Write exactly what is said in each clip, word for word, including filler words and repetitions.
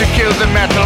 to kill the metal.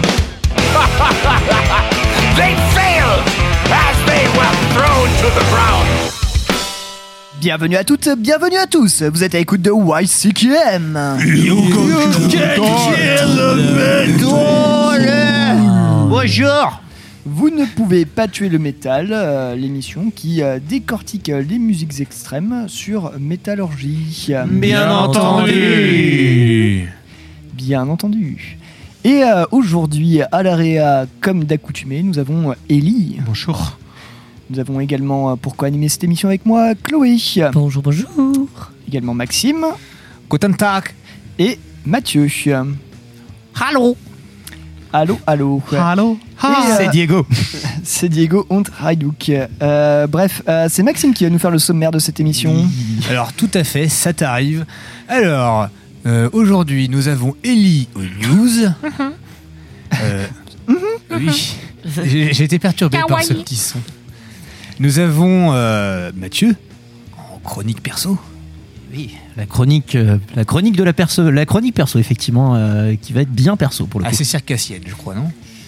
They failed as they were thrown to the ground. Bienvenue à toutes, bienvenue à tous. Vous êtes à l'écoute de Y C K M. You can kill the metal. Bonjour. Vous ne pouvez pas tuer le métal, euh, l'émission qui euh, décortique euh, les musiques extrêmes sur Métallurgie. Bien entendu. Bien entendu. Et euh, aujourd'hui, à l'A R E A, comme d'accoutumé, nous avons Ellie. Bonjour. Nous avons également, euh, pour co-animer cette émission avec moi, Chloé. Bonjour, bonjour. Également Maxime. Guten Tag. Et Mathieu. Hallo. Allô, allô. Hallo. Ah, c'est euh, Diego. C'est Diego und Hajduk. Euh, bref, euh, c'est Maxime qui va nous faire le sommaire de cette émission. Alors tout à fait, ça t'arrive. Alors, euh, aujourd'hui, nous avons Ellie aux news. euh, oui, j'ai, j'ai été perturbé par ce petit son. Nous avons euh, Mathieu en chronique perso. Oui, la chronique, euh, la chronique de la perso, la chronique perso effectivement, euh, qui va être bien perso pour le coup. Ah, c'est circassienne, je crois, non?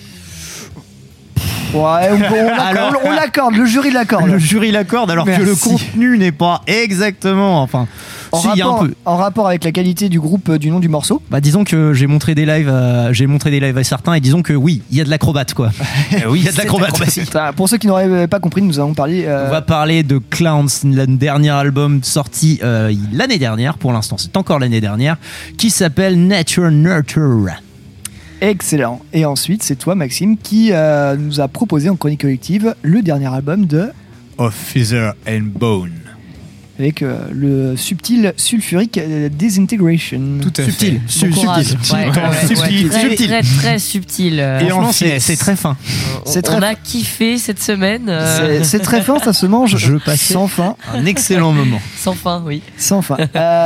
Ouais, on, on, l'accorde, Alors, on l'accorde, le jury l'accorde. Le jury l'accorde alors Merci. que le contenu n'est pas exactement, enfin, En, si, il y a un rapport, peu. en rapport avec la qualité du groupe, euh, du nom du morceau. Bah disons que j'ai montré des lives, à, j'ai montré des lives à certains et disons que oui, il y a de l'acrobate quoi. Euh, oui, il y a de l'acrobate. Enfin, pour ceux qui n'auraient pas compris, nous allons parler. Euh... On va parler de Clowns, le dernier album sorti euh, l'année dernière, pour l'instant c'est encore l'année dernière, qui s'appelle Nature Nurture. Excellent. Et ensuite, c'est toi, Maxime, qui euh, nous a proposé en chronique collective le dernier album de. Of Feather and Bone. Avec euh, le subtil sulfurique euh, Disintegration. Tout à subtil. fait. Su- Courage. subtil. Ouais, ouais, ouais, Subtil. ouais. Très, Subtil. très, très subtil. Euh, Et en franchement c'est, fait, c'est très fin. on, c'est très- on a kiffé cette semaine. euh, C'est, c'est très fin, ça se mange Je passais sans fin. un excellent moment. Sans fin, oui. Sans fin.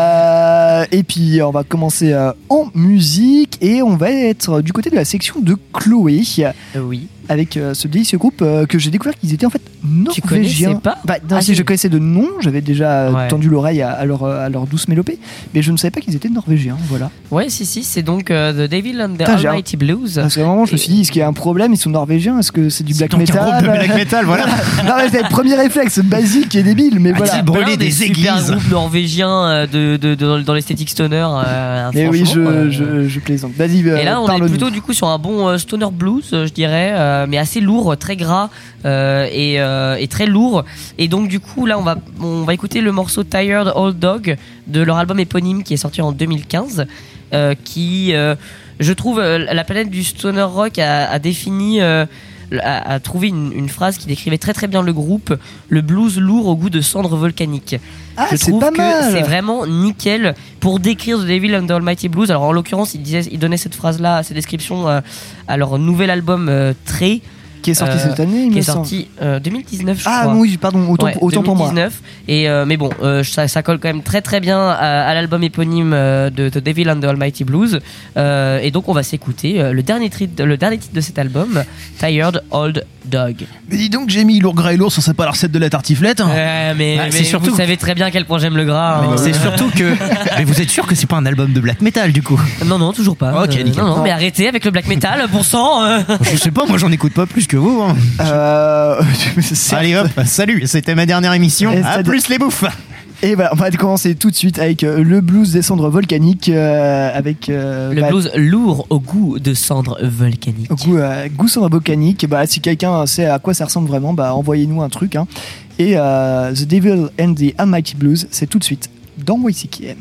Euh, et puis, on va commencer euh, en musique et on va être du côté de la section de Chloé Euh, oui. avec euh, ce délicieux groupe euh, que j'ai découvert qu'ils étaient en fait Tu norvégiens. connaissais pas Bah, non, Ah, si, j'ai- je connaissais de nom, j'avais déjà Ouais. tendu l'oreille à, à leur, à leur douce mélopée, mais je ne savais pas qu'ils étaient norvégiens. Voilà. Ouais, si, si. C'est donc euh, The Devil and the Putain, j'ai un- Almighty Blues. Parce qu'à un moment, je me suis dit, est-ce qu'il y a un problème? Ils sont norvégiens? Est-ce que c'est du black donc un metal? groupe de black metal, voilà. Non, mais c'est le premier réflexe basique et débile, mais voilà. Il y a brûler plein des super églises. groupes norvégiens euh, de, de, de- dans l'esthétique stoner. Euh, Mais oui, je, franchement, euh, je, je plaisante. Vas-y, euh, Et là, on est parle-nous. plutôt du coup sur un bon euh, stoner blues, euh, je dirais, euh, mais assez lourd, très gras euh, et, euh, et très lourd. Et donc du coup, là, on va on va écouter le morceau Tired Old Dog de leur album éponyme qui est sorti en deux mille quinze, euh, qui, euh, je trouve, euh, la planète du stoner rock a, a défini. Euh, a, a trouvé une, une phrase qui décrivait très très bien le groupe, le blues lourd au goût de cendres volcaniques. Ah, Je c'est trouve pas que mal. c'est vraiment nickel pour décrire The Devil and the Almighty Blues. Alors en l'occurrence, ils disaient, ils donnaient cette phrase-là, cette description euh, à leur nouvel album euh, Tré, Qui est sorti euh, cette année, il qui me est semble. sorti euh, deux mille dix-neuf, je Ah crois. oui, pardon, autant, Ouais, autant pour moi. deux mille dix-neuf. Et euh, mais bon, euh, ça, ça colle quand même très très bien à, à l'album éponyme euh, de The Devil and the Almighty Blues. Euh, et donc on va s'écouter euh, le dernier titre, le dernier titre de cet album, Tired Old Dog. Mais dis donc, j'ai mis lourd gras et lourd, ça serait pas la recette de la tartiflette. Euh, mais Ah, mais c'est surtout- vous savez très bien à quel point j'aime le gras. Mais hein. c'est surtout que. Mais vous êtes sûr que c'est pas un album de black metal du coup? Non non, toujours pas. Ok, Euh, nickel. non non, mais arrêtez avec le black metal, bon sang. euh. Je sais pas, moi j'en écoute pas plus que vous. Hein. Euh, c'est- Allez hop, salut, c'était ma dernière émission. Et À ça- plus les bouffes. Et voilà, on va commencer tout de suite avec euh, le blues des cendres volcaniques, euh, avec euh, Le bah, blues lourd au goût de cendres volcaniques. au goût, euh, goût cendres volcaniques. Bah, si quelqu'un sait à quoi ça ressemble vraiment, bah, envoyez-nous un truc. Hein. Et euh, The Devil and the Almighty Blues, c'est tout de suite dans Y C K M.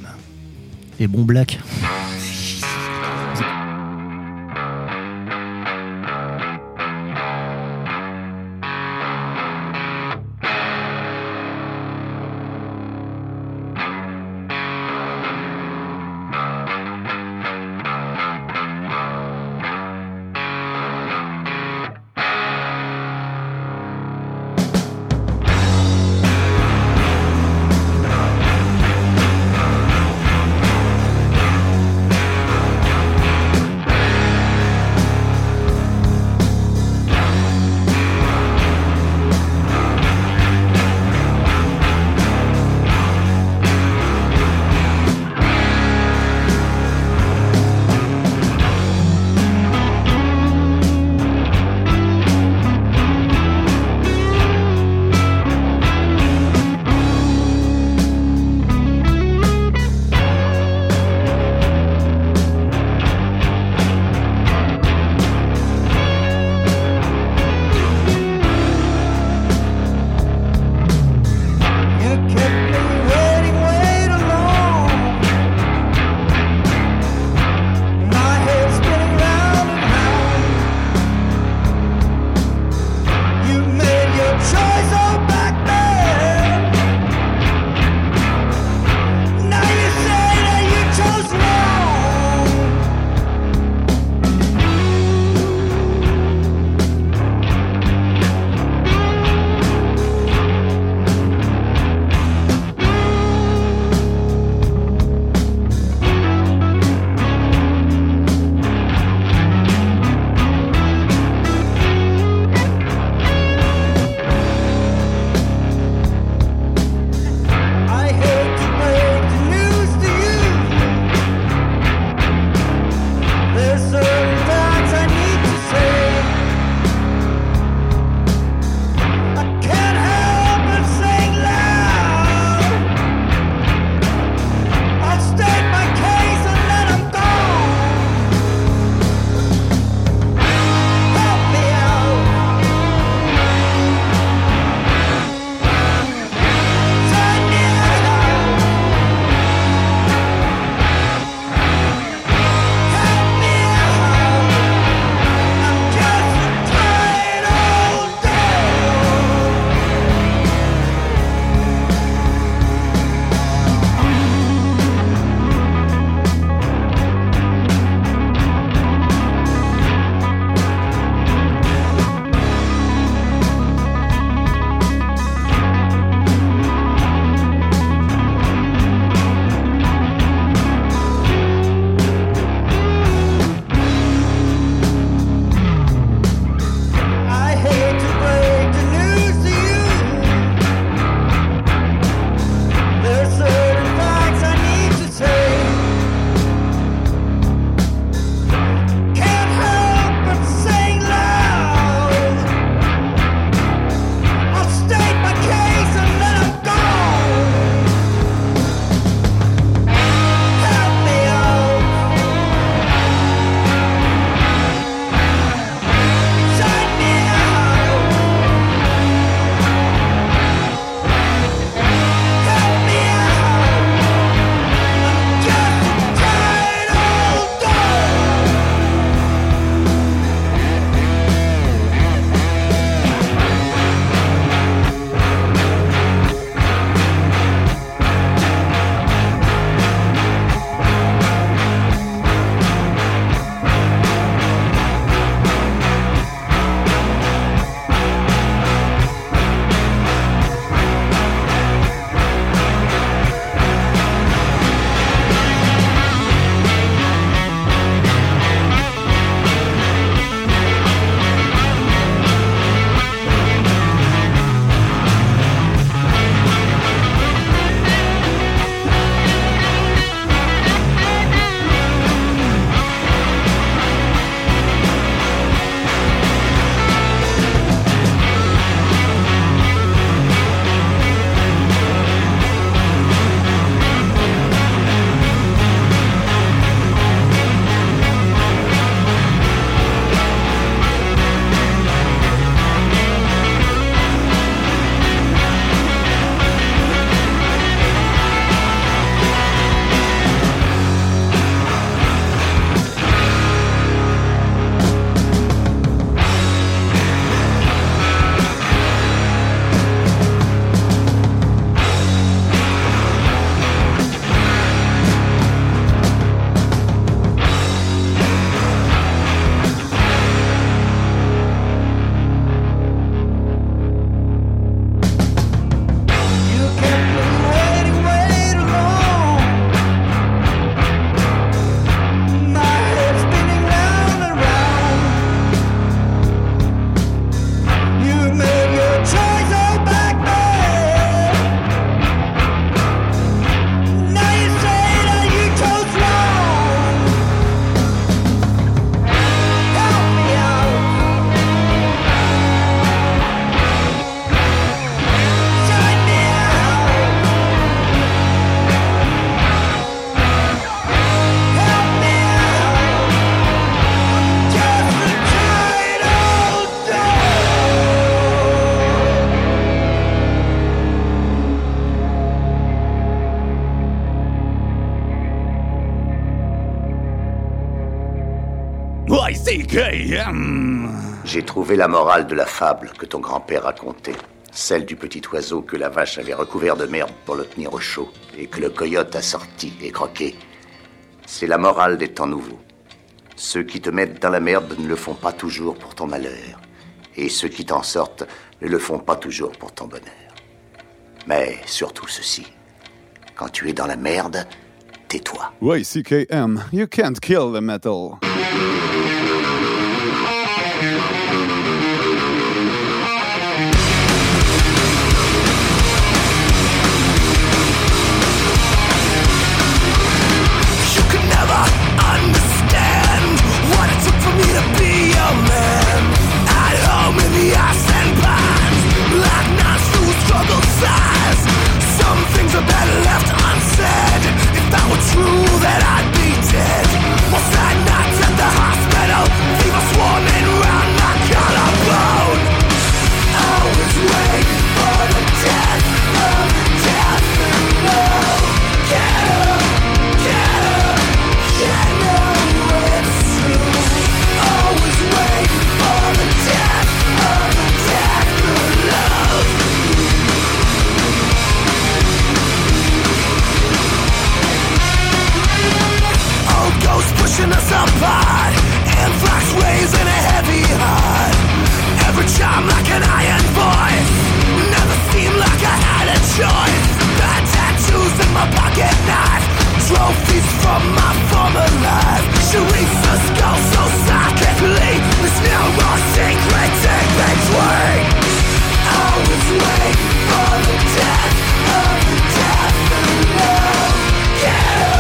Et bon black. Tired C K M. J'ai trouvé la morale de la fable que ton grand-père racontait. Celle du petit oiseau que la vache avait recouvert de merde pour le tenir au chaud et que le coyote a sorti et croqué. C'est la morale des temps nouveaux. Ceux qui te mettent dans la merde ne le font pas toujours pour ton malheur. Et ceux qui t'en sortent ne le font pas toujours pour ton bonheur. Mais surtout ceci. Quand tu es dans la merde, tais-toi. Y C K M, you can't kill the metal. Pushing us apart, anthrax raising a heavy heart. Every charm like an iron voice, never seemed like I had a choice. Bad tattoos in my pocket knife, trophies from my former life. Sharice the skull so psychically, this narrow secret in between. I was waiting for the death of the death of love. Yeah.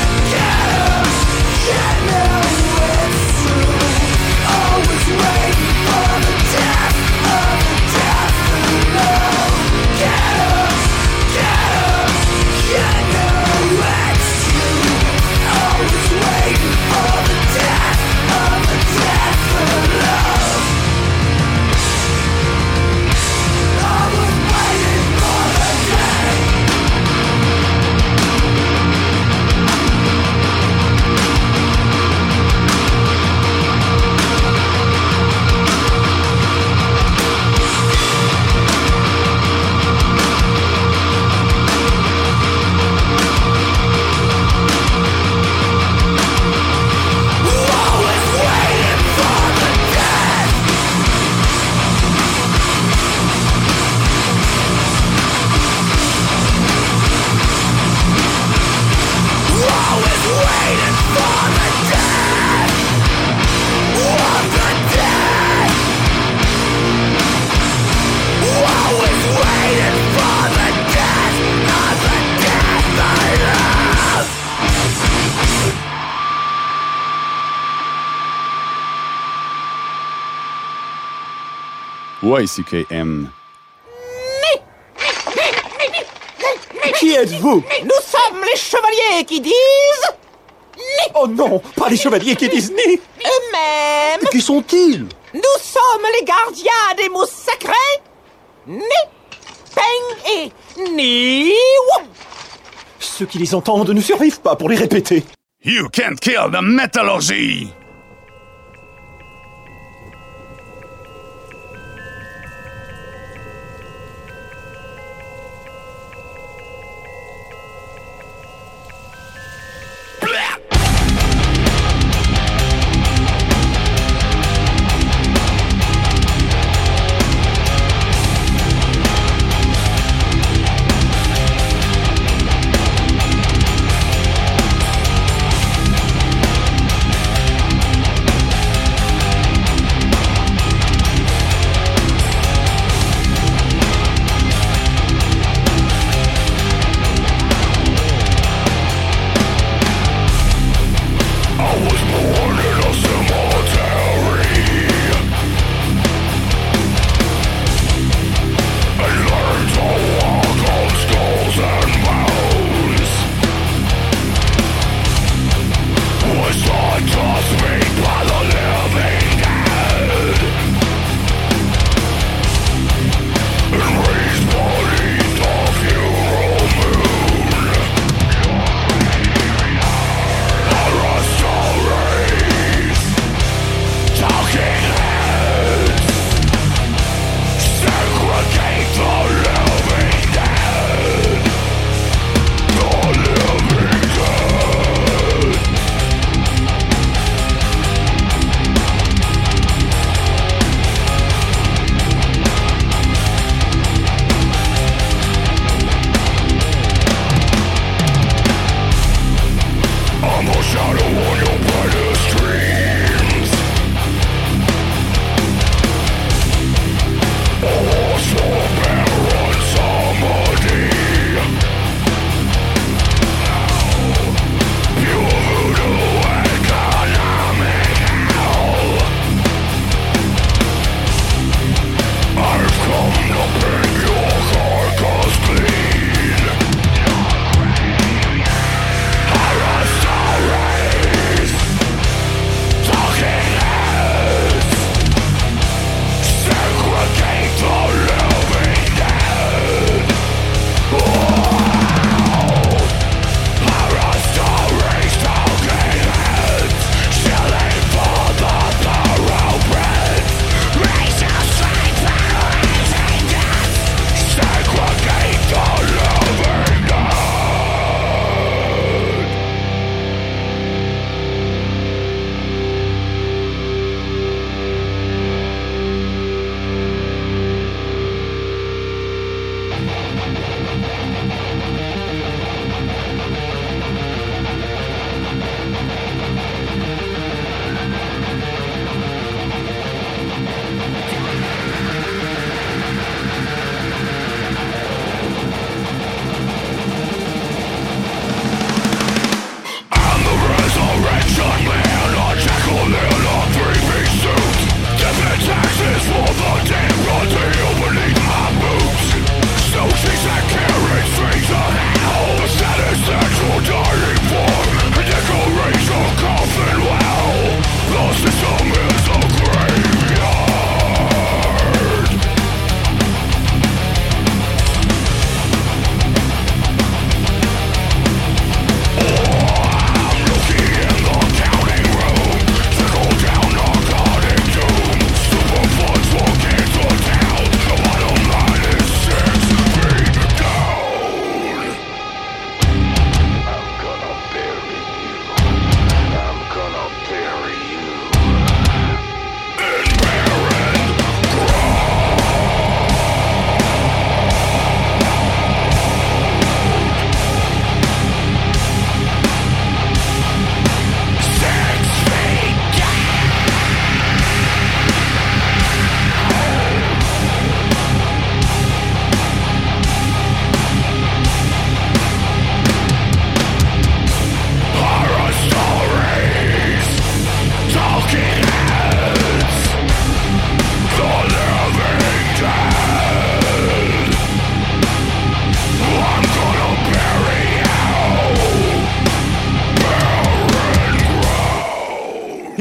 Y C K M. Qui êtes-vous? Nous sommes les chevaliers qui disent... Ni. Oh non, pas les chevaliers qui disent ni. Eux-mêmes. Qui sont-ils? Nous sommes les gardiens des mots sacrés. Ni, Peng et Ni. Ceux qui les entendent ne survivent pas pour les répéter. You can't kill the metallurgy.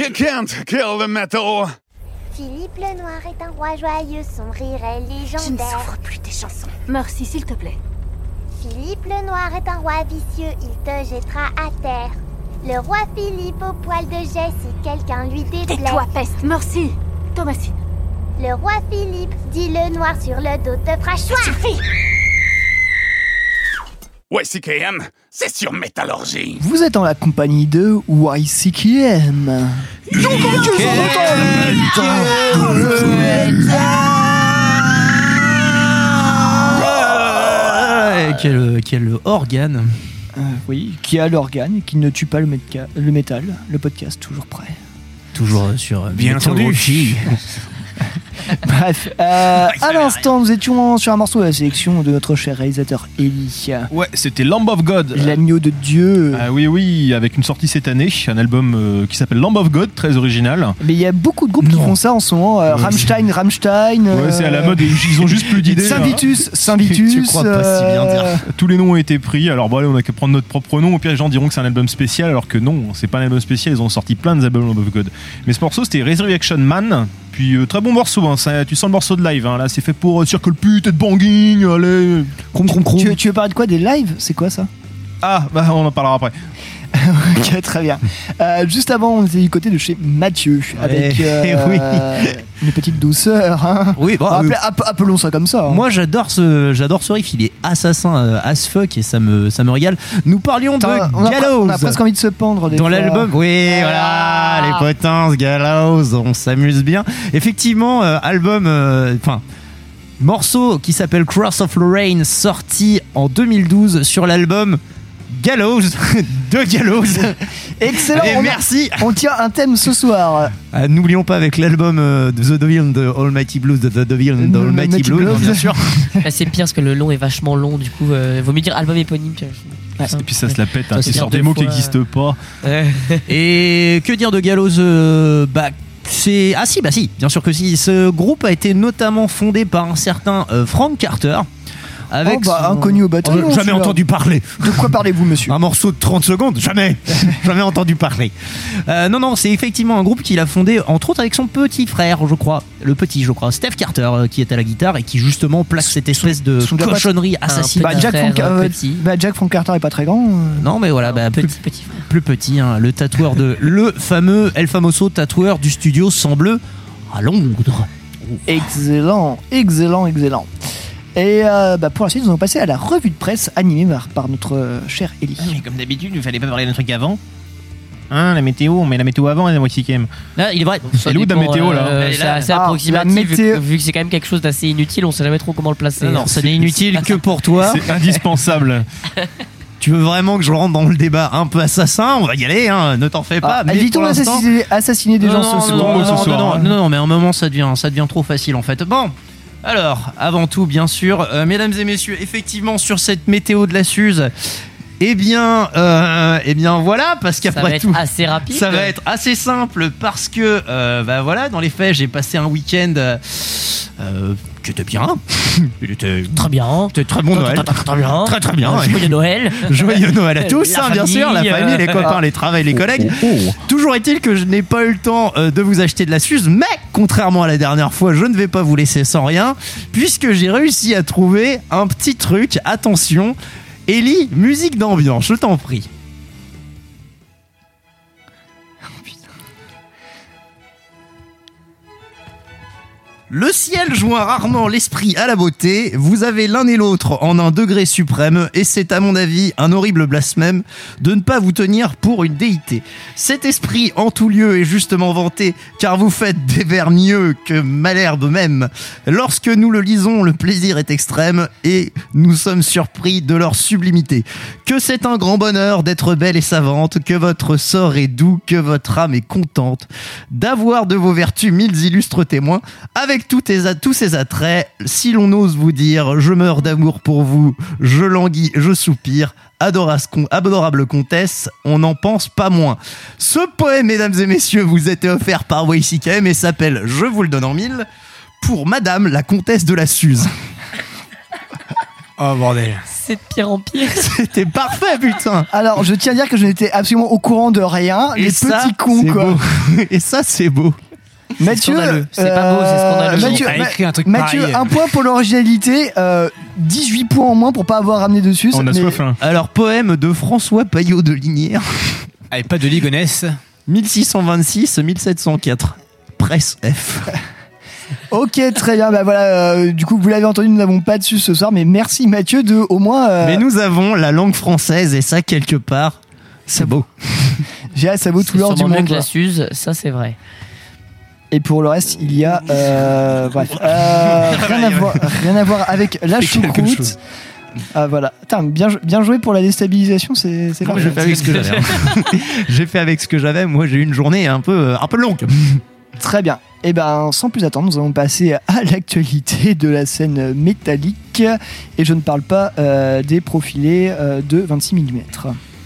You can't kill the metal. Philippe le Noir est un roi joyeux, son rire est légendaire. Je ne souffre plus tes chansons. Merci, s'il te plaît. Philippe le Noir est un roi vicieux, il te jettera à terre. Le roi Philippe au poil de jet si quelqu'un lui déplaît. Tais-toi, peste. Merci, Thomasine. Le roi Philippe, dit le noir sur le dos, te fera choix. Ça suffit. Y C K M, c'est sur Métallurgie. Vous êtes en la compagnie de Y C K M. Quel, quel organe. Euh, oui, qui a l'organe, qui ne tue pas le, méca- le métal. Le podcast, toujours prêt. Toujours sur Bien entendu. Bref, euh, à l'instant, nous étions sur un morceau de la sélection de notre cher réalisateur Eli. Ouais, c'était Lamb of God. L'agneau de Dieu. Ah oui, oui, avec une sortie cette année, un album euh, qui s'appelle Lamb of God, très original. Mais il y a beaucoup de groupes non. qui font ça en ce moment. Euh, ouais, Rammstein, Rammstein. Ouais, euh, c'est à la mode et ils ont juste plus d'idées. Saint-Vitus, hein. Saint-Vitus. Tu crois pas si bien dire. Tous les noms ont été pris, alors bon, allez, on a qu'à prendre notre propre nom. Au pire, les gens diront que c'est un album spécial, alors que non, c'est pas un album spécial, ils ont sorti plein d'albums Lamb of God. Mais ce morceau, c'était Resurrection Man. Puis euh, très bon morceau, hein, ça, tu sens le morceau de live, hein, là c'est fait pour euh, circle pute et de banging, allez. Crom, crom, crom. Tu, tu veux parler de quoi, des lives? C'est quoi ça? Ah, bah on en parlera après. Ok, très bien. Euh, juste avant, on était du côté de chez Mathieu, avec euh, oui. une petite douceur. Hein. Oui, bah, Appelez, app- appelons ça comme ça. Hein. Moi, j'adore ce, j'adore ce riff. Il est assassin euh, as fuck et ça me, ça me régale. Nous parlions Attends, de on a, Gallows. on a presque envie de se pendre. Dans fois. L'album, oui, ah. voilà, les potences, Gallows, on s'amuse bien. Effectivement, euh, album, enfin. Euh, morceau qui s'appelle Cross of Lorraine, sorti en deux mille douze sur l'album Gallows de Gallows. Excellent. Et on merci. A, on tient un thème ce soir. Euh, n'oublions pas avec l'album euh, The Devil de Almighty Blues, de The Devil and the Almighty Blues, Blues, bien sûr. C'est pire parce que le long est vachement long, du coup, euh, vaut mieux dire album éponyme. Ouais. Et puis ça se la pète, hein, c'est sur des mots qui n'existent pas. Et que dire de Gallows euh, bah, c'est... Ah si, bah si, bien sûr que si. Ce groupe a été notamment fondé par un certain euh, Frank Carter. Avec oh bah, son... inconnu au bataillon. Oh, jamais entendu parler. De quoi parlez-vous, monsieur? Un morceau de trente secondes? Jamais. Jamais entendu parler. Euh, non, non, c'est effectivement un groupe qu'il a fondé, entre autres, avec son petit frère, je crois. Le petit, je crois. Steve Carter, euh, qui est à la guitare et qui, justement, plaque cette espèce de son cochonnerie assassine. Bah, Jack, Frank, euh, bah, Jack Frank Carter est pas très grand. Euh... Non, mais voilà. Bah, petit, plus, petit frère. Plus petit, hein, le tatoueur de... le fameux El Famoso tatoueur du studio Sembleux à Londres. Excellent, excellent, excellent. Et euh, bah pour la suite, nous allons passer à la revue de presse animée par, par notre euh, cher Eli. Ah, mais comme d'habitude, il fallait pas parler d'un truc avant. Hein, la météo, on met la météo avant, la moitié qui aime. Là, il est vrai. Elle est où la météo là, euh, C'est assez ah, approximatif, météo... vu, vu que c'est quand même quelque chose d'assez inutile, on sait jamais trop comment le placer. Non, non ça n'est inutile que pour toi. C'est indispensable. Tu veux vraiment que je rentre dans le débat un peu assassin? On va y aller, hein, ne t'en fais pas. Ah, évitons d'assassiner assassiner des non, gens non, ce non, soir. non, non, ce soir, non, hein. non, non, mais à un moment ça devient, ça devient trop facile en fait. Bon. Alors, avant tout, bien sûr, euh, mesdames et messieurs, effectivement, sur cette météo de la Suze, eh bien, euh, eh bien voilà, parce qu'après tout, ça va tout, être assez rapide. Ça va être assez simple parce que, euh, bah voilà, dans les faits, j'ai passé un week-end euh, qui était bien. Il était très bien. C'était très bon Noël. Très, très, très bien. Très très bien. Joyeux Noël. Joyeux Noël à tous, hein, bien sûr, la famille, les copains, euh... les travails, les collègues. Oh, oh. Toujours est-il que je n'ai pas eu le temps euh, de vous acheter de la Suze, mais contrairement à la dernière fois, je ne vais pas vous laisser sans rien, puisque j'ai réussi à trouver un petit truc. Attention, Eli, musique d'ambiance, je t'en prie. Le ciel joint rarement l'esprit à la beauté, vous avez l'un et l'autre en un degré suprême, et c'est à mon avis un horrible blasphème de ne pas vous tenir pour une déité. Cet esprit en tout lieu est justement vanté, car vous faites des vers mieux que Malherbe même. Lorsque nous le lisons, le plaisir est extrême, et nous sommes surpris de leur sublimité. Que c'est un grand bonheur d'être belle et savante, que votre sort est doux, que votre âme est contente, d'avoir de vos vertus mille illustres témoins, avec Tous, tes, tous ces attraits, si l'on ose vous dire, je meurs d'amour pour vous, je languis, je soupire, adorable comtesse, on n'en pense pas moins. Ce poème, mesdames et messieurs, vous est offert par Y C K M et s'appelle, je vous le donne en mille, pour Madame la comtesse de la Suze. Oh bordel. C'est de pire en pire. C'était parfait, putain. Alors, je tiens à dire que je n'étais absolument au courant de rien. Et les ça, petits cons, c'est quoi. beau. Et ça, c'est beau. Mathieu, scandaleux. C'est pas beau, c'est scandaleux. Mathieu, Il a écrit un truc Mathieu, pareil. un point pour l'originalité, euh, dix-huit points en moins pour pas avoir ramené dessus. On a mais soif, hein. Alors, poème de François Payot de Linière. Allez, pas de Ligonesse. mille six cent vingt-six à mille sept cent quatre. Presse F. Ok, très bien. Bah voilà. euh, du coup, vous l'avez entendu, nous n'avons pas dessus ce soir, mais merci Mathieu de au moins. euh, Mais nous avons la langue française et ça, quelque part, c'est beau. J'ai hâte, ça vaut tout C'est l'or du sûrement mieux monde. que la Suze, ça c'est vrai. Et pour le reste, il y a euh, bref, euh, rien à voir, rien à voir avec la C'est quelque choucroute. chose. Ah voilà. Putain, bien, bien joué pour la déstabilisation, c'est c'est Moi, parfait. j'ai fait avec ce que j'avais. hein. J'ai fait avec ce que j'avais. Moi, j'ai eu une journée un peu, un peu longue. Très bien. Et ben, sans plus attendre, nous allons passer à l'actualité de la scène métallique. Et je ne parle pas euh, des profilés euh, de vingt-six millimètres.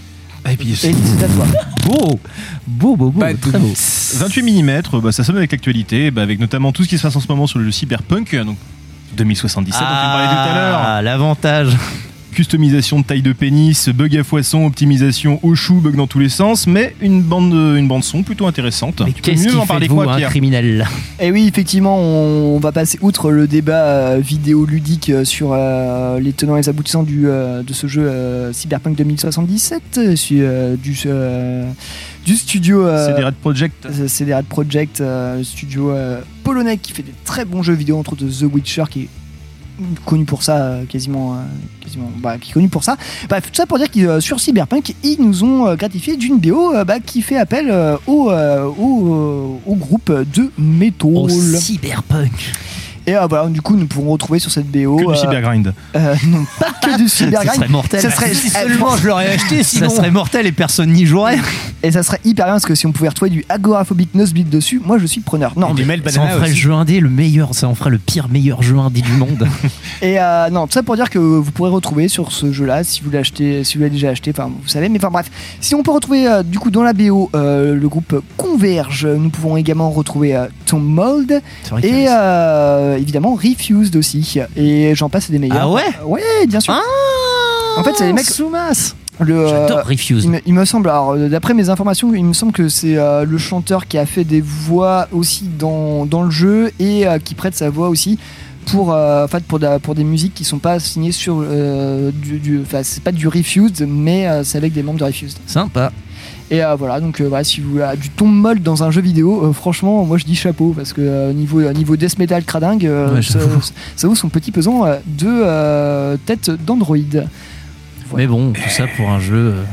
Et puis, Et c'est à toi. Beau, beau, beau, beau, Bah, très beau. vingt-huit millimètres, bah, ça sonne avec l'actualité, bah, avec notamment tout ce qui se passe en ce moment sur le jeu Cyberpunk, donc deux mille soixante-dix-sept, dont tu parlais tout à l'heure. Ah, l'avantage. Customisation de taille de pénis, bug à foisson, optimisation au chou, bug dans tous les sens, mais une bande, une bande son plutôt intéressante. Mais Tu peux qu'est-ce mieux qui en fait parler de vous quoi, un Pierre criminel? Et oui, effectivement, on, on va passer outre le débat euh, vidéoludique euh, sur euh, les tenants et les aboutissants du, euh, de ce jeu euh, Cyberpunk deux mille soixante-dix-sept, euh, sur, euh, du, euh, du studio euh, C'est des Red Project. euh, C D Red Project, euh, le studio euh, polonais qui fait des très bons jeux vidéo, entre autres The Witcher, qui est connu pour ça, euh, quasiment, euh, quasiment bah, qui est connu pour ça. Bref, tout ça pour dire que euh, sur Cyberpunk, ils nous ont euh, gratifié d'une B O euh, bah, qui fait appel euh, au, euh, au, euh, au groupe de metal. Au cyberpunk. Et euh, voilà, du coup, nous pourrons retrouver sur cette B O. Que du euh, cybergrind. euh, non, pas que du Ça cybergrind. serait mortel. Ça serait, Si eh, seulement je l'aurais acheté, sinon- ça serait mortel et personne n'y jouerait. Et ça serait hyper bien parce que si on pouvait retrouver du agoraphobic Nosebleed dessus, moi je suis preneur. Non, Et du mais- Mel Ça en Banana ferait le aussi. jeu indé le meilleur, ça en ferait le pire meilleur jeu indé du monde. Et euh, non, tout ça pour dire que vous pourrez retrouver sur ce jeu-là, si vous l'achetez, si vous l'avez déjà acheté, enfin vous savez, mais enfin bref. Si on peut retrouver euh, du coup dans la B O euh, le groupe Converge, nous pouvons également retrouver euh, Tom Mold C'est vrai qu'il y et a- euh, évidemment Refused aussi. Et j'en passe et des meilleurs. Ah ouais Ouais, bien sûr. En fait, c'est les mecs. Soumas. Le, euh, J'adore Refuse. Il me, il me semble, alors euh, d'après mes informations, il me semble que c'est euh, le chanteur qui a fait des voix aussi dans, dans le jeu et euh, qui prête sa voix aussi pour, euh, en fait, pour, da- pour des musiques qui sont pas signées sur euh, du, du, enfin c'est pas du Refused, mais euh, c'est avec des membres de Refused. Sympa. Et euh, voilà, donc euh, voilà, si vous voulez du ton molle dans un jeu vidéo, euh, franchement, moi je dis chapeau parce que euh, niveau euh, niveau death metal cradingue, euh, Ouais, ça, j'avoue. ça vaut son petit pesant euh, de euh, tête d'Android. Mais bon, tout ça pour un jeu. euh,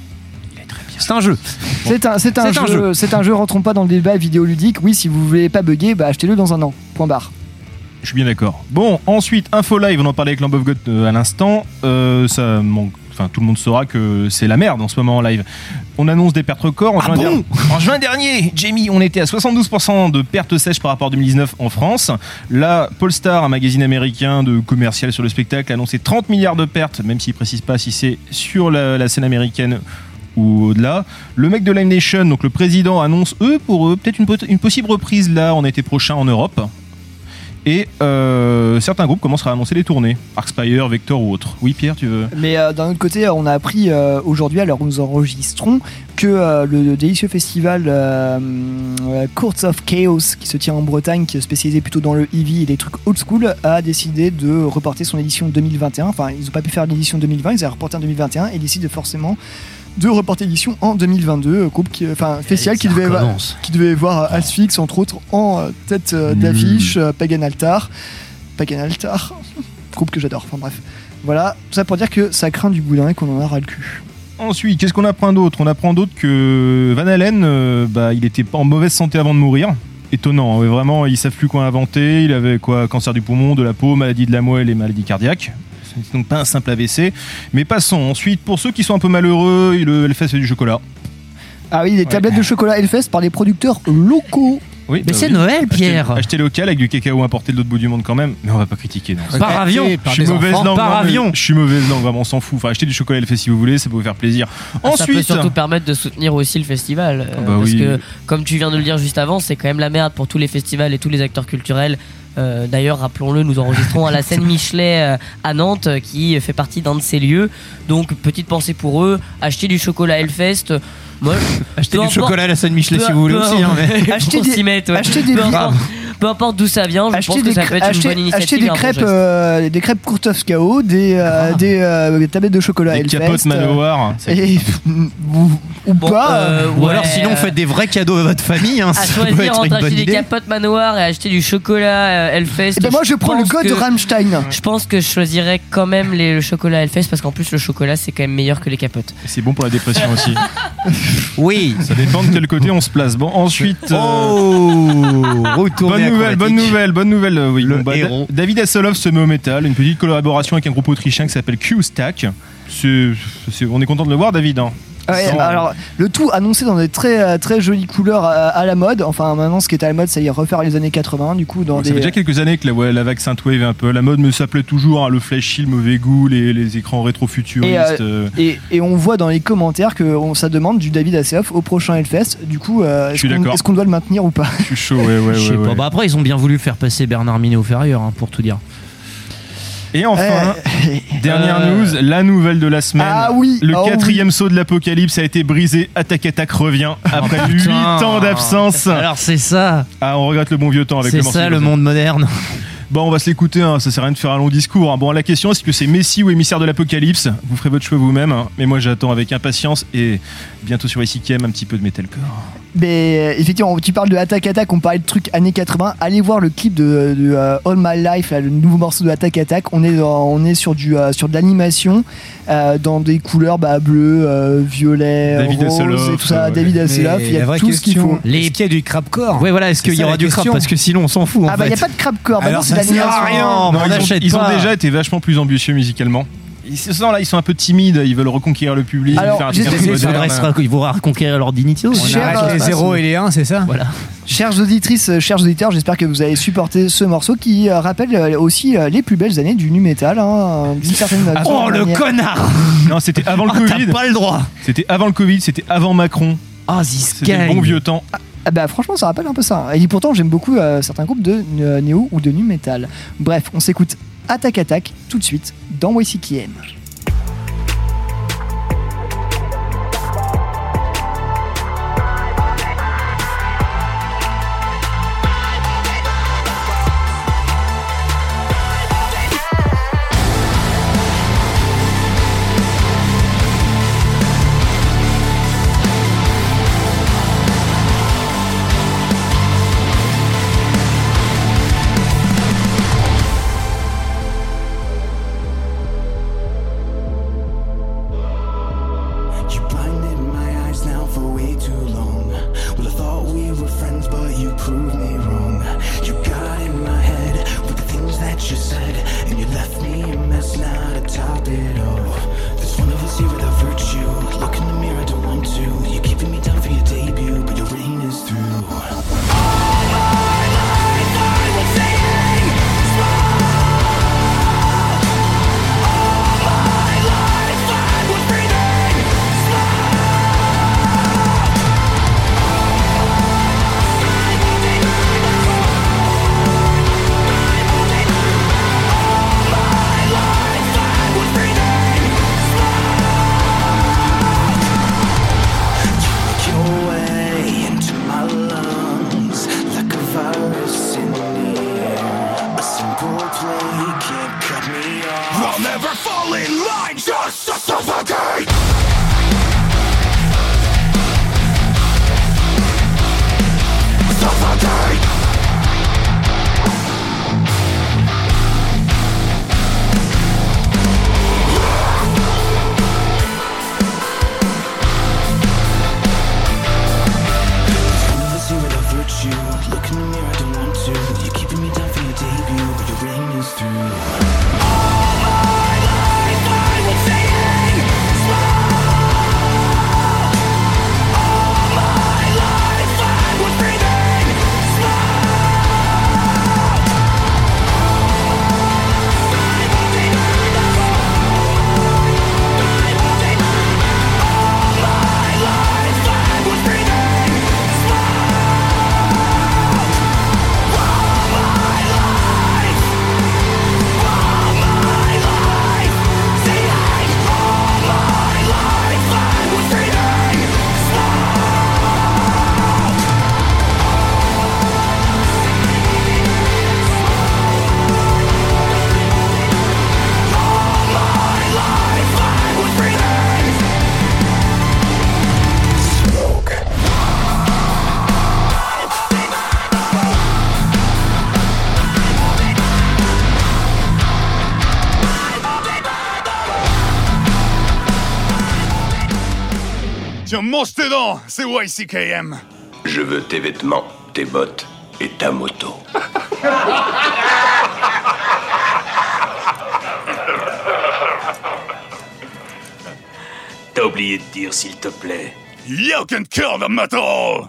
C'est un jeu. C'est un, c'est un, C'est un jeu, jeu. c'est un jeu, rentrons pas dans le débat vidéoludique. Oui, si vous voulez pas bugger, bah achetez-le dans un an. Point barre. Je suis bien d'accord. Bon, ensuite, info live, on en parlait avec Lamb of God euh, à l'instant. Euh, ça manque. Enfin, tout le monde saura que c'est la merde en ce moment en live. On annonce des pertes records. En, Ah juin, bon der- en juin dernier, Jamie, on était à soixante-douze pour cent de pertes sèches par rapport à deux mille dix-neuf en France. Là, Polestar, un magazine américain de commercial sur le spectacle, a annoncé trente milliards de pertes, même s'il précise pas si c'est sur la, la scène américaine ou au-delà. Le mec de Live Nation, donc le président, annonce eux pour eux peut-être une, pot- une possible reprise là en été prochain en Europe. Et euh, certains groupes commencent à annoncer les tournées, Arcspire, Vector ou autres. Oui, Pierre, tu veux Mais euh, d'un autre côté, on a appris euh, aujourd'hui, alors nous enregistrons, que euh, le délicieux festival euh, euh, Courts of Chaos, qui se tient en Bretagne, qui est spécialisé plutôt dans le heavy et les trucs old school, a décidé de reporter son édition deux mille vingt et un. Enfin, ils n'ont pas pu faire l'édition deux mille vingt, ils ont reporté en deux mille vingt et un et décident forcément de reporter l'édition en deux mille vingt-deux. Groupe qui, enfin, festival qui ça devait, recommence. qui devait voir euh, Asphyx, entre autres, en euh, tête euh, d'affiche, euh, Pagan Altar. Pagan Altar, groupe que j'adore, enfin bref. Voilà, tout ça pour dire que ça craint du boudin et qu'on en a ras le cul. Ensuite, qu'est-ce qu'on apprend d'autre On apprend d'autre que Van Halen, euh, bah, il était pas en mauvaise santé avant de mourir. Étonnant, hein, ouais, vraiment, ils savent plus quoi inventer. Il avait quoi, cancer du poumon, de la peau, maladie de la moelle et maladie cardiaque. C'est donc pas un simple A V C. Mais passons. Ensuite, pour ceux qui sont un peu malheureux, le Hellfest fait du chocolat. Ah oui, des tablettes de chocolat Hellfest par des producteurs locaux. Oui, Mais bah c'est oui. Noël, Pierre. Acheter, acheter local avec du cacao importé de l'autre bout du monde quand même. Mais on va pas critiquer. Non. Par avion. Par Je suis des mauvaise enfants. langue, par non, mais avion. Je suis mauvaise langue, vraiment, on s'en fout. Enfin, acheter du chocolat Hellfest si vous voulez, ça peut vous faire plaisir. Ah, ça peut Ensuite, surtout permettre de soutenir aussi le festival. euh, Ah bah parce oui. que, comme tu viens de le dire juste avant, c'est quand même la merde pour tous les festivals et tous les acteurs culturels Euh, d'ailleurs, rappelons-le, nous enregistrons à la scène Michelet euh, à Nantes, euh, qui fait partie d'un de ces lieux. Donc, petite pensée pour eux. Achetez du chocolat Hellfest. Moi, Achetez peu du importe- chocolat à la scène Michelet peu- si vous voulez peu- aussi. Hein, mais... Achetez Pour des- s'y mettre, ouais. achetez des peu, billets. importe, peu importe d'où ça vient, je Acheter pense que des, ça peut être acheter- une bonne initiative. acheter des et un bon crêpes, geste. euh, des crêpes Kurtoff K O, des, euh, des, euh, des tablettes de chocolat Des Hellfest, capotes Manowar. euh, et, ou, ou Bon, pas. euh, Ou ouais, alors sinon faites des vrais cadeaux à votre famille. Hein, à ça peut choisir être entre une bonne acheter des idée. capotes Manoir et acheter du chocolat euh, Hellfest. Et ben moi je prends le pense God que- Rammstein. Je pense que je choisirais quand même les, le chocolat Hellfest parce qu'en plus le chocolat c'est quand même meilleur que les capotes. Et c'est bon pour la dépression aussi. Oui. Ça dépend de quel côté on se place. Bon, ensuite. euh, Oh, retournez Bonne à nouvelle, bonne Chromatique. nouvelle, bonne nouvelle. euh, Oui, Le Bon, bah, héros. Da- David Hasselhoff se met au métal, une petite collaboration avec un groupe autrichien qui s'appelle Q-Stack. C'est- c'est- on est content de le voir, David. Hein. Ouais, Sans- alors le tout annoncé dans des très euh, très jolies couleurs à, à la mode. Enfin maintenant ce qui est à la mode c'est y refaire les années quatre-vingts du coup dans Ça des fait déjà quelques années que la, ouais, la vague Synthwave est un peu à la mode, mais ça plaît toujours. Hein, le flashy, le mauvais goût, les, les écrans rétro-futuristes. Et, euh, Et, et on voit dans les commentaires que on, ça demande du David Hasselhoff au prochain Hellfest. Du coup, euh, Je est-ce suis qu'on d'accord. est-ce qu'on doit le maintenir ou pas? Je suis chaud, ouais, ouais, Je sais ouais, pas. ouais. Bah après, ils ont bien voulu faire passer Bernard Minet au Ferrieur, hein, pour tout dire. Et enfin, Euh, dernière euh, news, la nouvelle de la semaine. Ah oui, Le oh quatrième saut de l'apocalypse a été brisé. Attaque Attaque revient après huit Putain. ans d'absence. Alors c'est ça. Ah, on regrette le bon vieux temps avec C'est le morceau. ça de le Gonzalo. monde moderne. Bon, on va se l'écouter, hein, ça sert à rien de faire un long discours. hein. Bon, la question, est-ce que c'est Messi ou émissaire de l'apocalypse? Vous ferez votre choix vous-même, hein. Mais moi j'attends avec impatience et bientôt sur I C K M un petit peu de metalcore. Mais euh, effectivement, tu parles de Attack Attack, on parlait de trucs années quatre-vingts. Allez voir le clip de, de, euh, All My Life, là, le nouveau morceau de Attack Attack. On est, dans- on est sur, du, euh, sur de l'animation, euh, dans des couleurs bah, bleu, euh, violet, David rose Hasselhoff, et tout ça. ouais. David Hasselhoff, il y la a vraie tout ce qu'il question, faut. Les- Est-ce qu'il y a du crapcore? Ouais, voilà. Est-ce qu'il y ça aura la du crap? question. Parce que sinon on s'en fout. Ah en bah il fait. n'y a pas de crapcore, bah non, Alors, c'est ça de sert à l'animation. rien. Non, Non, on ils, ont, n'achète ils ont pas. déjà été vachement plus ambitieux musicalement. Ils, se sentent, là, ils sont un peu timides, ils veulent reconquérir le public, Alors, faire un truc un j'espère peu Ils moderne. s'adressera- ils vont reconquérir leur dignité On aussi. Cher, arrête euh, les bah, zéros c'est- et les uns, c'est ça? Voilà. Chères auditrices, euh, chers auditeurs, j'espère que vous avez supporté ce morceau qui euh, rappelle euh, aussi euh, les plus belles années du nu metal, hein, d'une certaine Oh le manière. connard. Non, c'était avant le Ah, Covid. T'as pas le droit. C'était avant le Covid, c'était avant Macron. Ah, C'était le bon vieux temps. Ah bah franchement ça rappelle un peu ça. Et pourtant j'aime beaucoup euh, certains groupes de euh, néo ou de nu metal. Bref, on s'écoute Attack Attack tout de suite dans Y C K M. You blinded my eyes now for way too long. Well, I thought we were friends, but you proved me wrong. You got in my head with the things that you said, and you left me a mess now to top it off. There's one of us here without virtue. Look in the mirror, I don't want to. You're keeping me down for your debut, but your reign is through. All my life I was saying smile. All my life I was breathing All my life I was breathing Tiens, mange tes dents, c'est Y C K M. Je veux tes vêtements, tes bottes et ta moto. T'as oublié de dire s'il te plaît. You can kill the metal!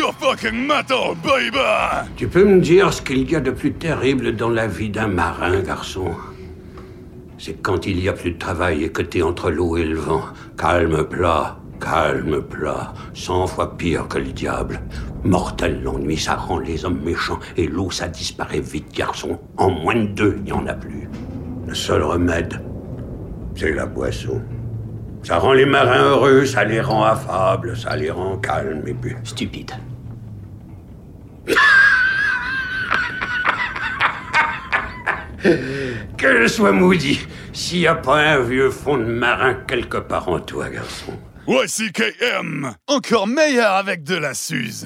Pure fucking metal, baby! Tu peux me dire ce qu'il y a de plus terrible dans la vie d'un marin, garçon? C'est quand il y a plus de travail et que t'es entre l'eau et le vent. Calme plat, calme plat. Cent fois pire que le diable. Mortel l'ennui, ça rend les hommes méchants. Et l'eau, ça disparaît vite, garçon. En moins de deux, il n'y en a plus. Le seul remède, c'est la boisson. Ça rend les marins heureux, ça les rend affables, ça les rend calmes et puis... Stupide. Que je sois maudit, s'il n'y a pas un vieux fond de marin quelque part en toi, garçon. Y C K M, encore meilleur avec de la Suze.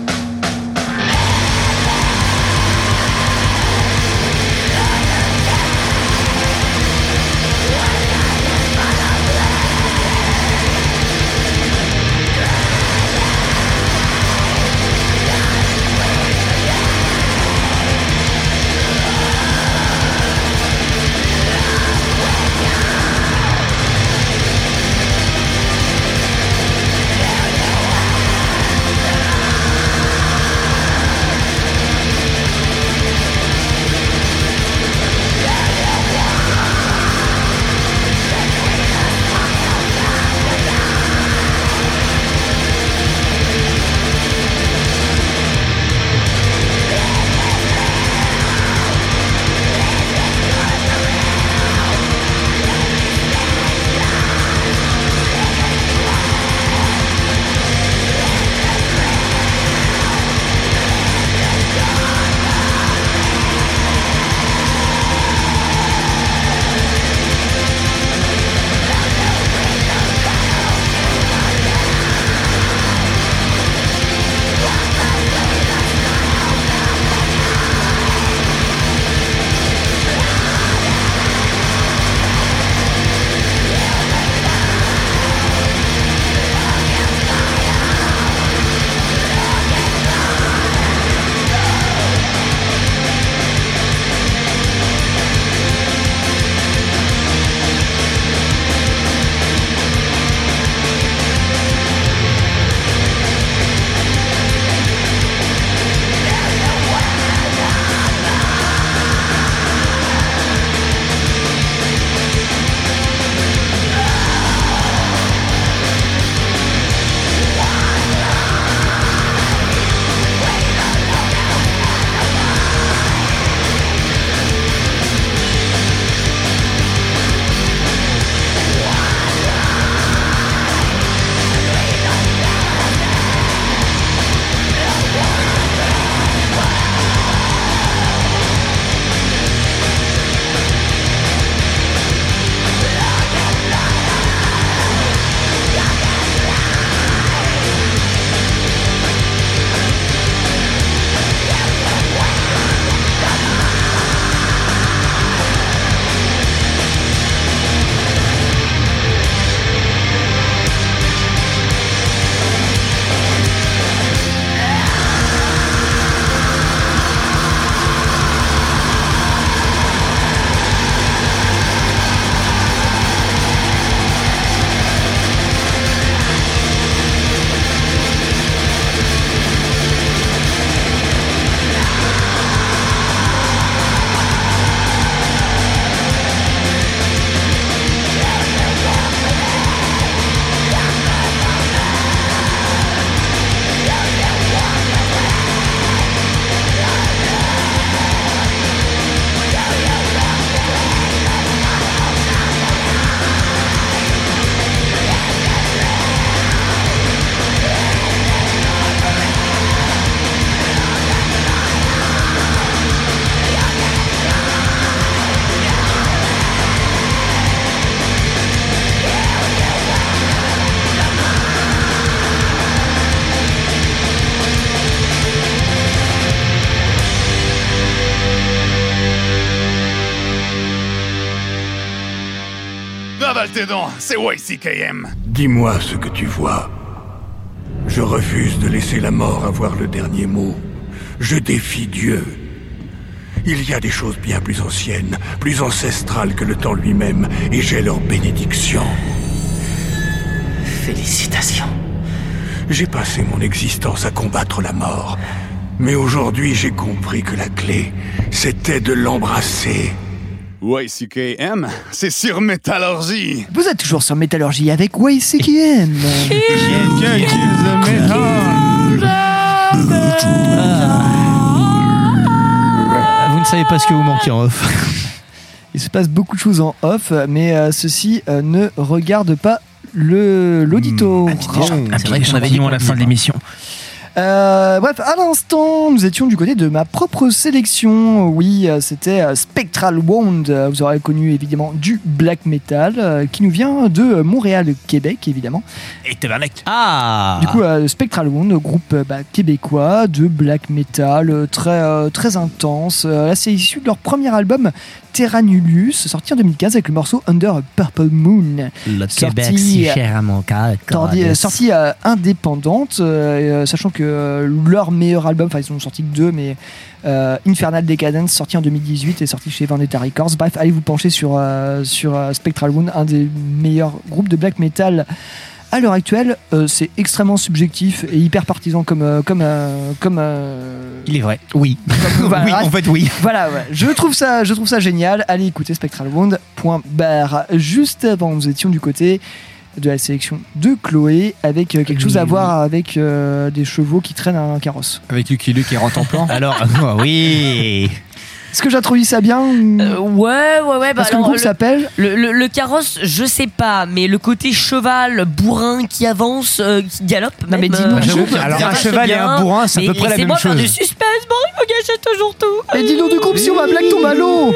Avale tes dents, c'est Y C K M. Dis-moi ce que tu vois. Je refuse de laisser la mort avoir le dernier mot. Je défie Dieu. Il y a des choses bien plus anciennes, plus ancestrales que le temps lui-même, et j'ai leur bénédiction. Félicitations. J'ai passé mon existence à combattre la mort. Mais aujourd'hui, j'ai compris que la clé, c'était de l'embrasser. Y C K M, c'est sur Métallurgie. Vous êtes toujours sur Métallurgie avec Y C K M. Vous ne savez pas ce que vous manquez en off. Il se passe beaucoup de choses en off, mais euh, ceci euh, ne regarde pas le l'audito. Mmh. Ah, c'est vrai que j'en avais dit à la fin de l'émission. Euh, bref, à l'instant, nous étions du côté de ma propre sélection. Oui, euh, c'était euh, Spectral Wound. Euh, vous aurez connu évidemment du black metal euh, qui nous vient de Montréal, Québec, évidemment. Et Tabarnak. Ah. Du coup, euh, Spectral Wound, groupe euh, bah, québécois de black metal euh, très euh, très intense. Euh, là, c'est issu de leur premier album Terra Nullius, sorti en deux mille quinze avec le morceau Under a Purple Moon. Le Québec si cher à mon cœur. Sorti, sorti euh, indépendante, euh, sachant que euh, leur meilleur album, enfin ils en ont sorti que deux, mais euh, Infernal Decadence, sorti en deux mille dix-huit et sorti chez Vendetta Records. Bref, allez vous pencher sur, euh, sur euh, Spectral Wound, un des meilleurs groupes de black metal à l'heure actuelle. Euh, c'est extrêmement subjectif et hyper partisan comme euh, comme euh, comme euh, il est vrai. Oui. Comme, voilà, oui, en fait oui. Voilà, ouais. je trouve ça je trouve ça génial. Allez écouter spectral wound point b r. Juste avant, nous étions du côté de la sélection de Chloé avec euh, quelque chose à voir avec euh, des chevaux qui traînent un carrosse. Avec Lucky Luke qui rentre en plan. Alors oui. Est-ce que j'introduis ça bien euh, Ouais, ouais, ouais. Parce bah, que le groupe le, s'appelle le, le, le carrosse, je sais pas, mais le côté cheval, bourrin qui avance, euh, qui galope. Non, même, mais dis-nous, euh, du groupe. Alors un cheval et un bourrin, c'est à peu près la même moi chose. faire du suspense, bon, il faut gâcher toujours tout. Mais dis-nous du groupe si on va blague tombe à l'eau.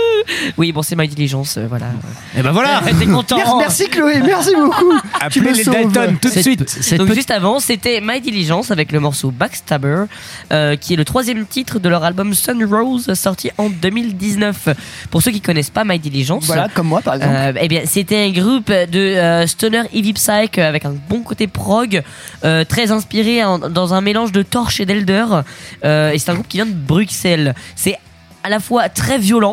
Oui, bon, c'est ma diligence, euh, voilà. Et ben voilà. T'es content. Merci, merci Chloé, merci beaucoup. Appelez les Dalton tout de Cette- suite. cette Donc juste avant, c'était My Diligence avec le morceau Backstabber, euh, qui est le troisième titre de leur album Sun Rose, sorti en deux mille dix-neuf. Pour ceux qui connaissent pas My Diligence, Voilà, comme moi par exemple. euh, eh bien, c'était un groupe de euh, stoner heavy psych euh, avec un bon côté prog, euh, très inspiré en- dans un mélange de Torche et d'Elder. Euh, et c'est un groupe qui vient de Bruxelles. C'est à la fois très violent.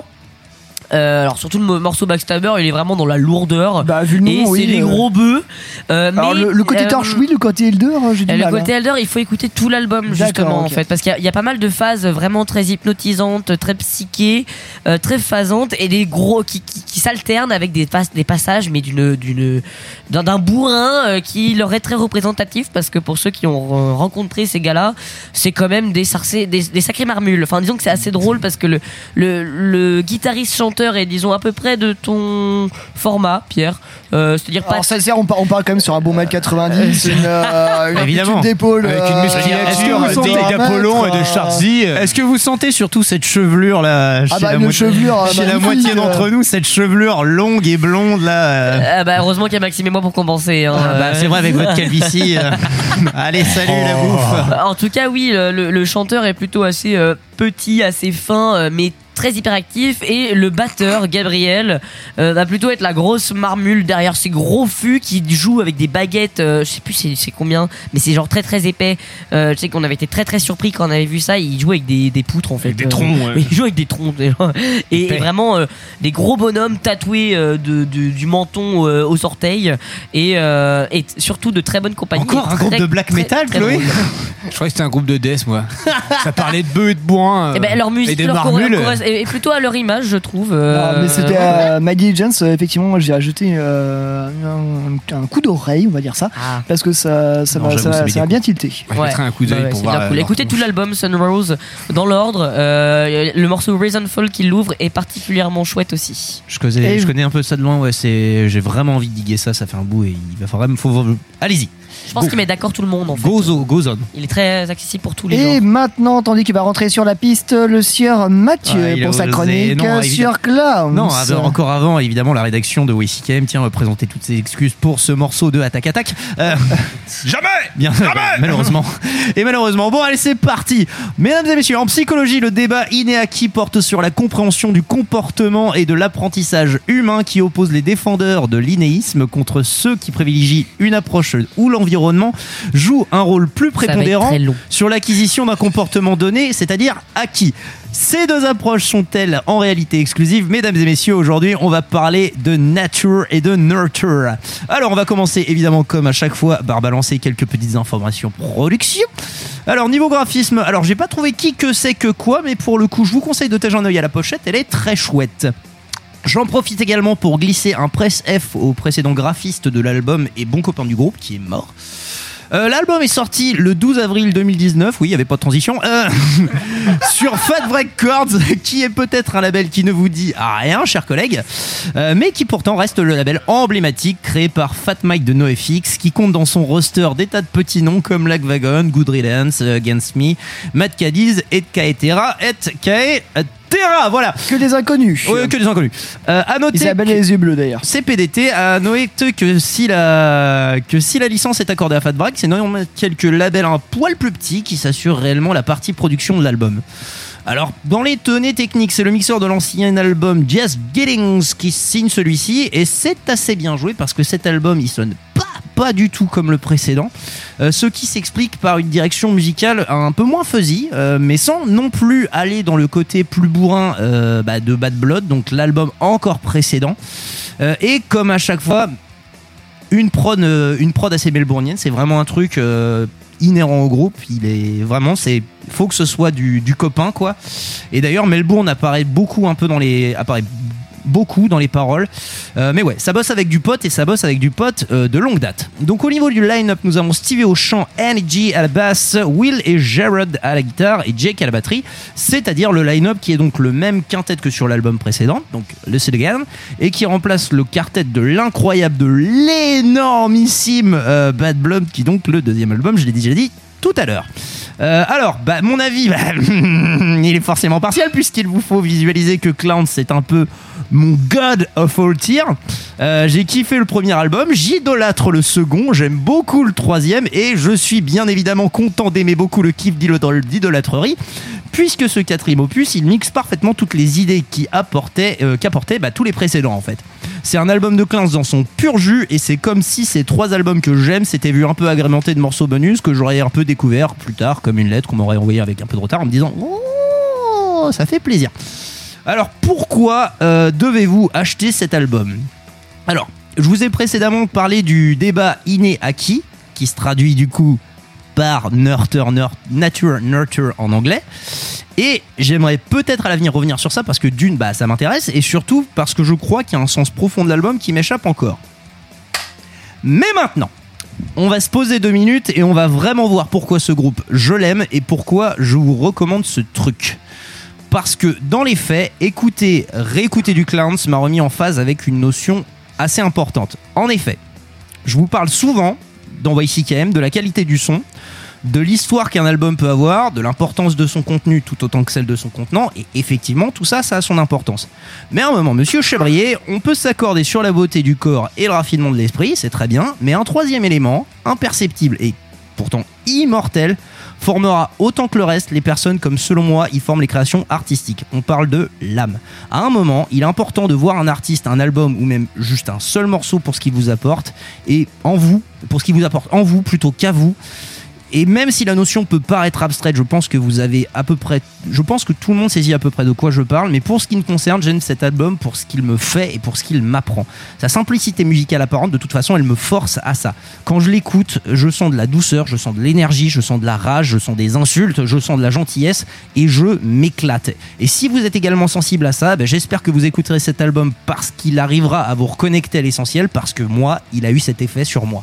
Euh, alors surtout le mo- morceau Backstabber, il est vraiment dans la lourdeur. Bah, vu le nom, et oui, c'est des euh. gros bœufs. Euh, Alors mais, le, le côté euh, torche, oui, le côté Elder, j'ai du le mal. côté hein. Elder, il faut écouter tout l'album D'accord, justement ok. en fait, parce qu'il y a- il y, a pas mal de phases vraiment très hypnotisantes, très psychées, euh, très phasantes et des gros qui, qui, qui s'alternent avec des, pas- des passages mais d'une d'une d'un, d'un bourrin euh, qui leur est très représentatif, parce que pour ceux qui ont euh, rencontré ces gars-là, c'est quand même des, sarcés, des, des sacrés marmules. Enfin disons que c'est assez drôle parce que le le, le guitariste chanteur est disons à peu près de ton format, Pierre. Euh, c'est-à-dire pas Alors ça sert, on, par- on parle quand même sur un bon mètre quatre-vingt-dix, une, euh, une Évidemment. amplitude d'épaule. Avec une euh, musculature, est-ce que vous euh, sentez digne un d'Apollon et mètre, de euh, Schwarzy. Est-ce que vous sentez surtout cette chevelure là chez Ah bah, la, une moitié, chevelure, euh, chez la magnifique, moitié euh. d'entre nous, cette chevelure longue et blonde là euh. Ah bah heureusement qu'il y a Maxime et moi pour compenser. Hein. Ah bah, c'est vrai avec votre calvitie. euh. Allez, salut la bouffe. En tout cas, oui, le, le- le chanteur est plutôt assez euh, petit, assez fin, euh, mais très hyperactif, et le batteur Gabriel euh, va plutôt être la grosse marmule derrière ces gros fûts qui joue avec des baguettes, euh, je sais plus c'est, c'est combien, mais c'est genre très très épais. Euh, je sais qu'on avait été très très surpris quand on avait vu ça. Il joue avec des, des poutres en fait. Avec des troncs, ouais. Euh, il joue avec des troncs et, et vraiment euh, des gros bonhommes tatoués euh, de, de- du menton euh, aux orteils, et, euh, et t- surtout de très bonne compagnie. Encore Et un groupe très- de black très- metal, très Chloé. drôle. Je croyais que c'était un groupe de death, moi. Ça parlait de bœufs et de bourrins. euh, Eh ben, leur et musique des leur cor- marmules. correspond- est est plutôt à leur image, je trouve. Non, euh, mais c'était euh, My Diligence, euh, effectivement, moi j'ai ajouté euh, un, un coup d'oreille, on va dire ça, Ah. parce que ça, ça, Non, va, j'avoue, ça, ça ça met va des bien tilter. Ouais, je mettrai un coup d'œil Bah ouais, pour c'est voir. bien cool. leur Écoutez tronche. tout l'album Sun Rose dans l'ordre. Euh, le morceau Reason Fall qui l'ouvre est particulièrement chouette aussi. Je connais, Et- je connais un peu ça de loin, ouais, c'est, j'ai vraiment envie de diguer ça, ça fait un bout et il va falloir, faut, allez-y. Je pense Go. qu'il met d'accord tout le monde en fait. Goes on, goes on. Il est très accessible pour tous les Et genres. maintenant, tandis qu'il va rentrer sur la piste, le sieur Mathieu Ouais, il a pour sa osé. chronique Non, sur Clowns. Non, avant- encore avant, évidemment, la rédaction de Y C K M tient à présenter toutes ses excuses pour ce morceau de Attaque Attaque. Euh, Jamais bien, Jamais malheureusement. Et malheureusement. Bon, allez, c'est parti. Mesdames et messieurs, en psychologie, le débat inné et acquis porte sur la compréhension du comportement et de l'apprentissage humain qui oppose les défendeurs de l'innéisme contre ceux qui privilégient une approche où l'environnement joue un rôle plus Ça va être prépondérant très long. sur l'acquisition d'un comportement donné, c'est-à-dire acquis. Ces deux approches sont-elles en réalité exclusives? Mesdames et messieurs, aujourd'hui, on va parler de nature et de nurture. Alors, on va commencer évidemment, comme à chaque fois, par balancer quelques petites informations production. Alors, niveau graphisme, alors j'ai pas trouvé qui que c'est que quoi, mais pour le coup, je vous conseille de jeter un œil à la pochette, elle est très chouette. J'en profite également pour glisser un press F au précédent graphiste de l'album et bon copain du groupe qui est mort. Euh, l'album est sorti le douze avril deux mille dix-neuf, oui, il n'y avait pas de transition, euh, sur Fat Wreck Chords, qui est peut-être un label qui ne vous dit rien, chers collègues, euh, mais qui pourtant reste le label emblématique créé par Fat Mike de NoFX, qui compte dans son roster des tas de petits noms comme Lagwagon, Good Riddance, Against Me, Mad Cadiz, et Kaetera, et Kae... Terra, voilà. Que des inconnus. Ouais, que des inconnus. Euh, à noter. Isabelle et les yeux bleus d'ailleurs. C'est P D T. À noter que si la que si la licence est accordée à Fat Wreck, c'est normalement quelques labels un poil plus petits qui s'assurent réellement la partie production de l'album. Alors, dans les données techniques, c'est le mixeur de l'ancien album Just Giddings qui signe celui-ci, et c'est assez bien joué parce que cet album il sonne pas pas du tout comme le précédent, euh, ce qui s'explique par une direction musicale un peu moins fuzzy, euh, mais sans non plus aller dans le côté plus bourrin euh, bah, de Bad Blood, donc l'album encore précédent, euh, et comme à chaque fois une prod, euh, une prod assez melbournienne, c'est vraiment un truc euh, inhérent au groupe. Il est vraiment, c'est, faut que ce soit du, du copain quoi. Et d'ailleurs Melbourne apparaît beaucoup un peu dans les, apparaît beaucoup dans les paroles, euh, mais ouais, ça bosse avec du pote et ça bosse avec du pote euh, de longue date. Donc au niveau du line-up, nous avons Stevie au chant, Annie G à la basse, Will et Jared à la guitare et Jake à la batterie, c'est-à-dire le line-up qui est donc le même quintet que sur l'album précédent, donc le Say It Again, et qui remplace le quartet de l'incroyable, de l'énormissime euh, Bad Blood, qui donc le deuxième album, je l'ai déjà dit tout à l'heure. Euh, alors, bah, mon avis, bah, il est forcément partiel puisqu'il vous faut visualiser que Clowns c'est un peu mon God of all tier. Euh, j'ai kiffé le premier album, j'idolâtre le second, j'aime beaucoup le troisième et je suis bien évidemment content d'aimer beaucoup le kiff d'idolâtrerie puisque ce quatrième opus il mixe parfaitement toutes les idées qui apportaient, euh, qu'apportaient bah, tous les précédents en fait. C'est un album de Clowns dans son pur jus et c'est comme si ces trois albums que j'aime s'étaient vus un peu agrémentés de morceaux bonus que j'aurais un peu découvert plus tard comme une lettre qu'on m'aurait envoyée avec un peu de retard en me disant oh ça fait plaisir. Alors pourquoi euh, devez-vous acheter cet album? Alors je vous ai précédemment parlé du débat inné-acquis qui se traduit du coup par nurture, nature, nurture en anglais. Et j'aimerais peut-être à l'avenir revenir sur ça parce que d'une, bah, ça m'intéresse et surtout parce que je crois qu'il y a un sens profond de l'album qui m'échappe encore. Mais maintenant, on va se poser deux minutes et on va vraiment voir pourquoi ce groupe, je l'aime et pourquoi je vous recommande ce truc. Parce que dans les faits, écouter, réécouter du Clowns m'a remis en phase avec une notion assez importante. En effet, je vous parle souvent dans Y C K M de la qualité du son, de l'histoire qu'un album peut avoir, de l'importance de son contenu tout autant que celle de son contenant, et effectivement tout ça, ça a son importance. Mais à un moment, monsieur Chabrier, on peut s'accorder sur la beauté du corps et le raffinement de l'esprit, c'est très bien, mais un troisième élément, imperceptible et pourtant immortel, formera autant que le reste les personnes comme selon moi y forment les créations artistiques. On parle de l'âme. À un moment, il est important de voir un artiste, un album ou même juste un seul morceau pour ce qu'il vous apporte et en vous, pour ce qu'il vous apporte en vous plutôt qu'à vous. Et même si la notion peut paraître abstraite, je pense que vous avez à peu près, je pense que tout le monde saisit à peu près de quoi je parle, mais pour ce qui me concerne, j'aime cet album pour ce qu'il me fait et pour ce qu'il m'apprend. Sa simplicité musicale apparente, de toute façon, elle me force à ça. Quand je l'écoute, je sens de la douceur, je sens de l'énergie, je sens de la rage, je sens des insultes, je sens de la gentillesse et je m'éclate. Et si vous êtes également sensible à ça, ben j'espère que vous écouterez cet album parce qu'il arrivera à vous reconnecter à l'essentiel, parce que moi, il a eu cet effet sur moi.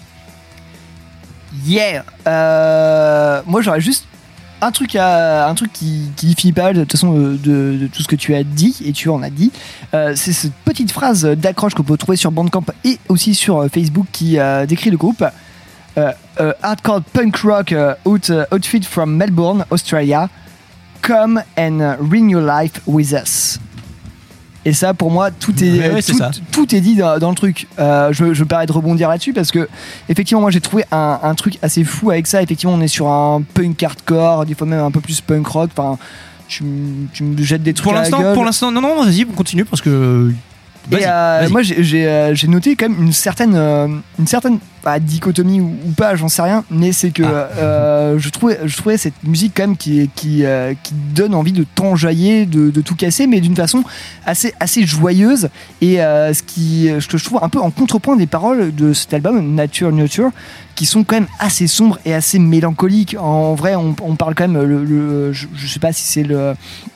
Yeah. Euh, moi j'aurais juste un truc à, un truc qui qui finit pas de toute façon de, de, de tout ce que tu as dit et tu en as dit. Euh, c'est cette petite phrase d'accroche qu'on peut trouver sur Bandcamp et aussi sur Facebook qui euh, décrit le groupe. Euh, euh, hardcore punk rock uh, out, uh, outfit from Melbourne, Australia. Come and renew your life with us. Et ça, pour moi, tout est, ouais, ouais, tout, ça. tout est dit dans, dans le truc. Euh, je, je me permets de rebondir là-dessus parce que, effectivement, moi j'ai trouvé un, un truc assez fou avec ça. Effectivement, on est sur un punk hardcore, des fois même un peu plus punk rock. Enfin, tu, tu me jettes des trucs pour à la l'instant, gueule. Pour l'instant, non, non, vas-y, on continue parce que Et euh, moi j'ai, j'ai, euh, j'ai noté quand même une certaine, euh, une certaine bah, dichotomie ou, ou pas, j'en sais rien, mais c'est que ah. euh, je, trouvais, je trouvais cette musique quand même qui, qui, euh, qui donne envie de t'enjailler, de, de tout casser, mais d'une façon assez, assez joyeuse. Et euh, ce, qui, ce que je trouve un peu en contrepoint des paroles de cet album, Nature Nurture, qui sont quand même assez sombres et assez mélancoliques. En vrai, on, on parle quand même, le, le, je, je sais pas si c'est le...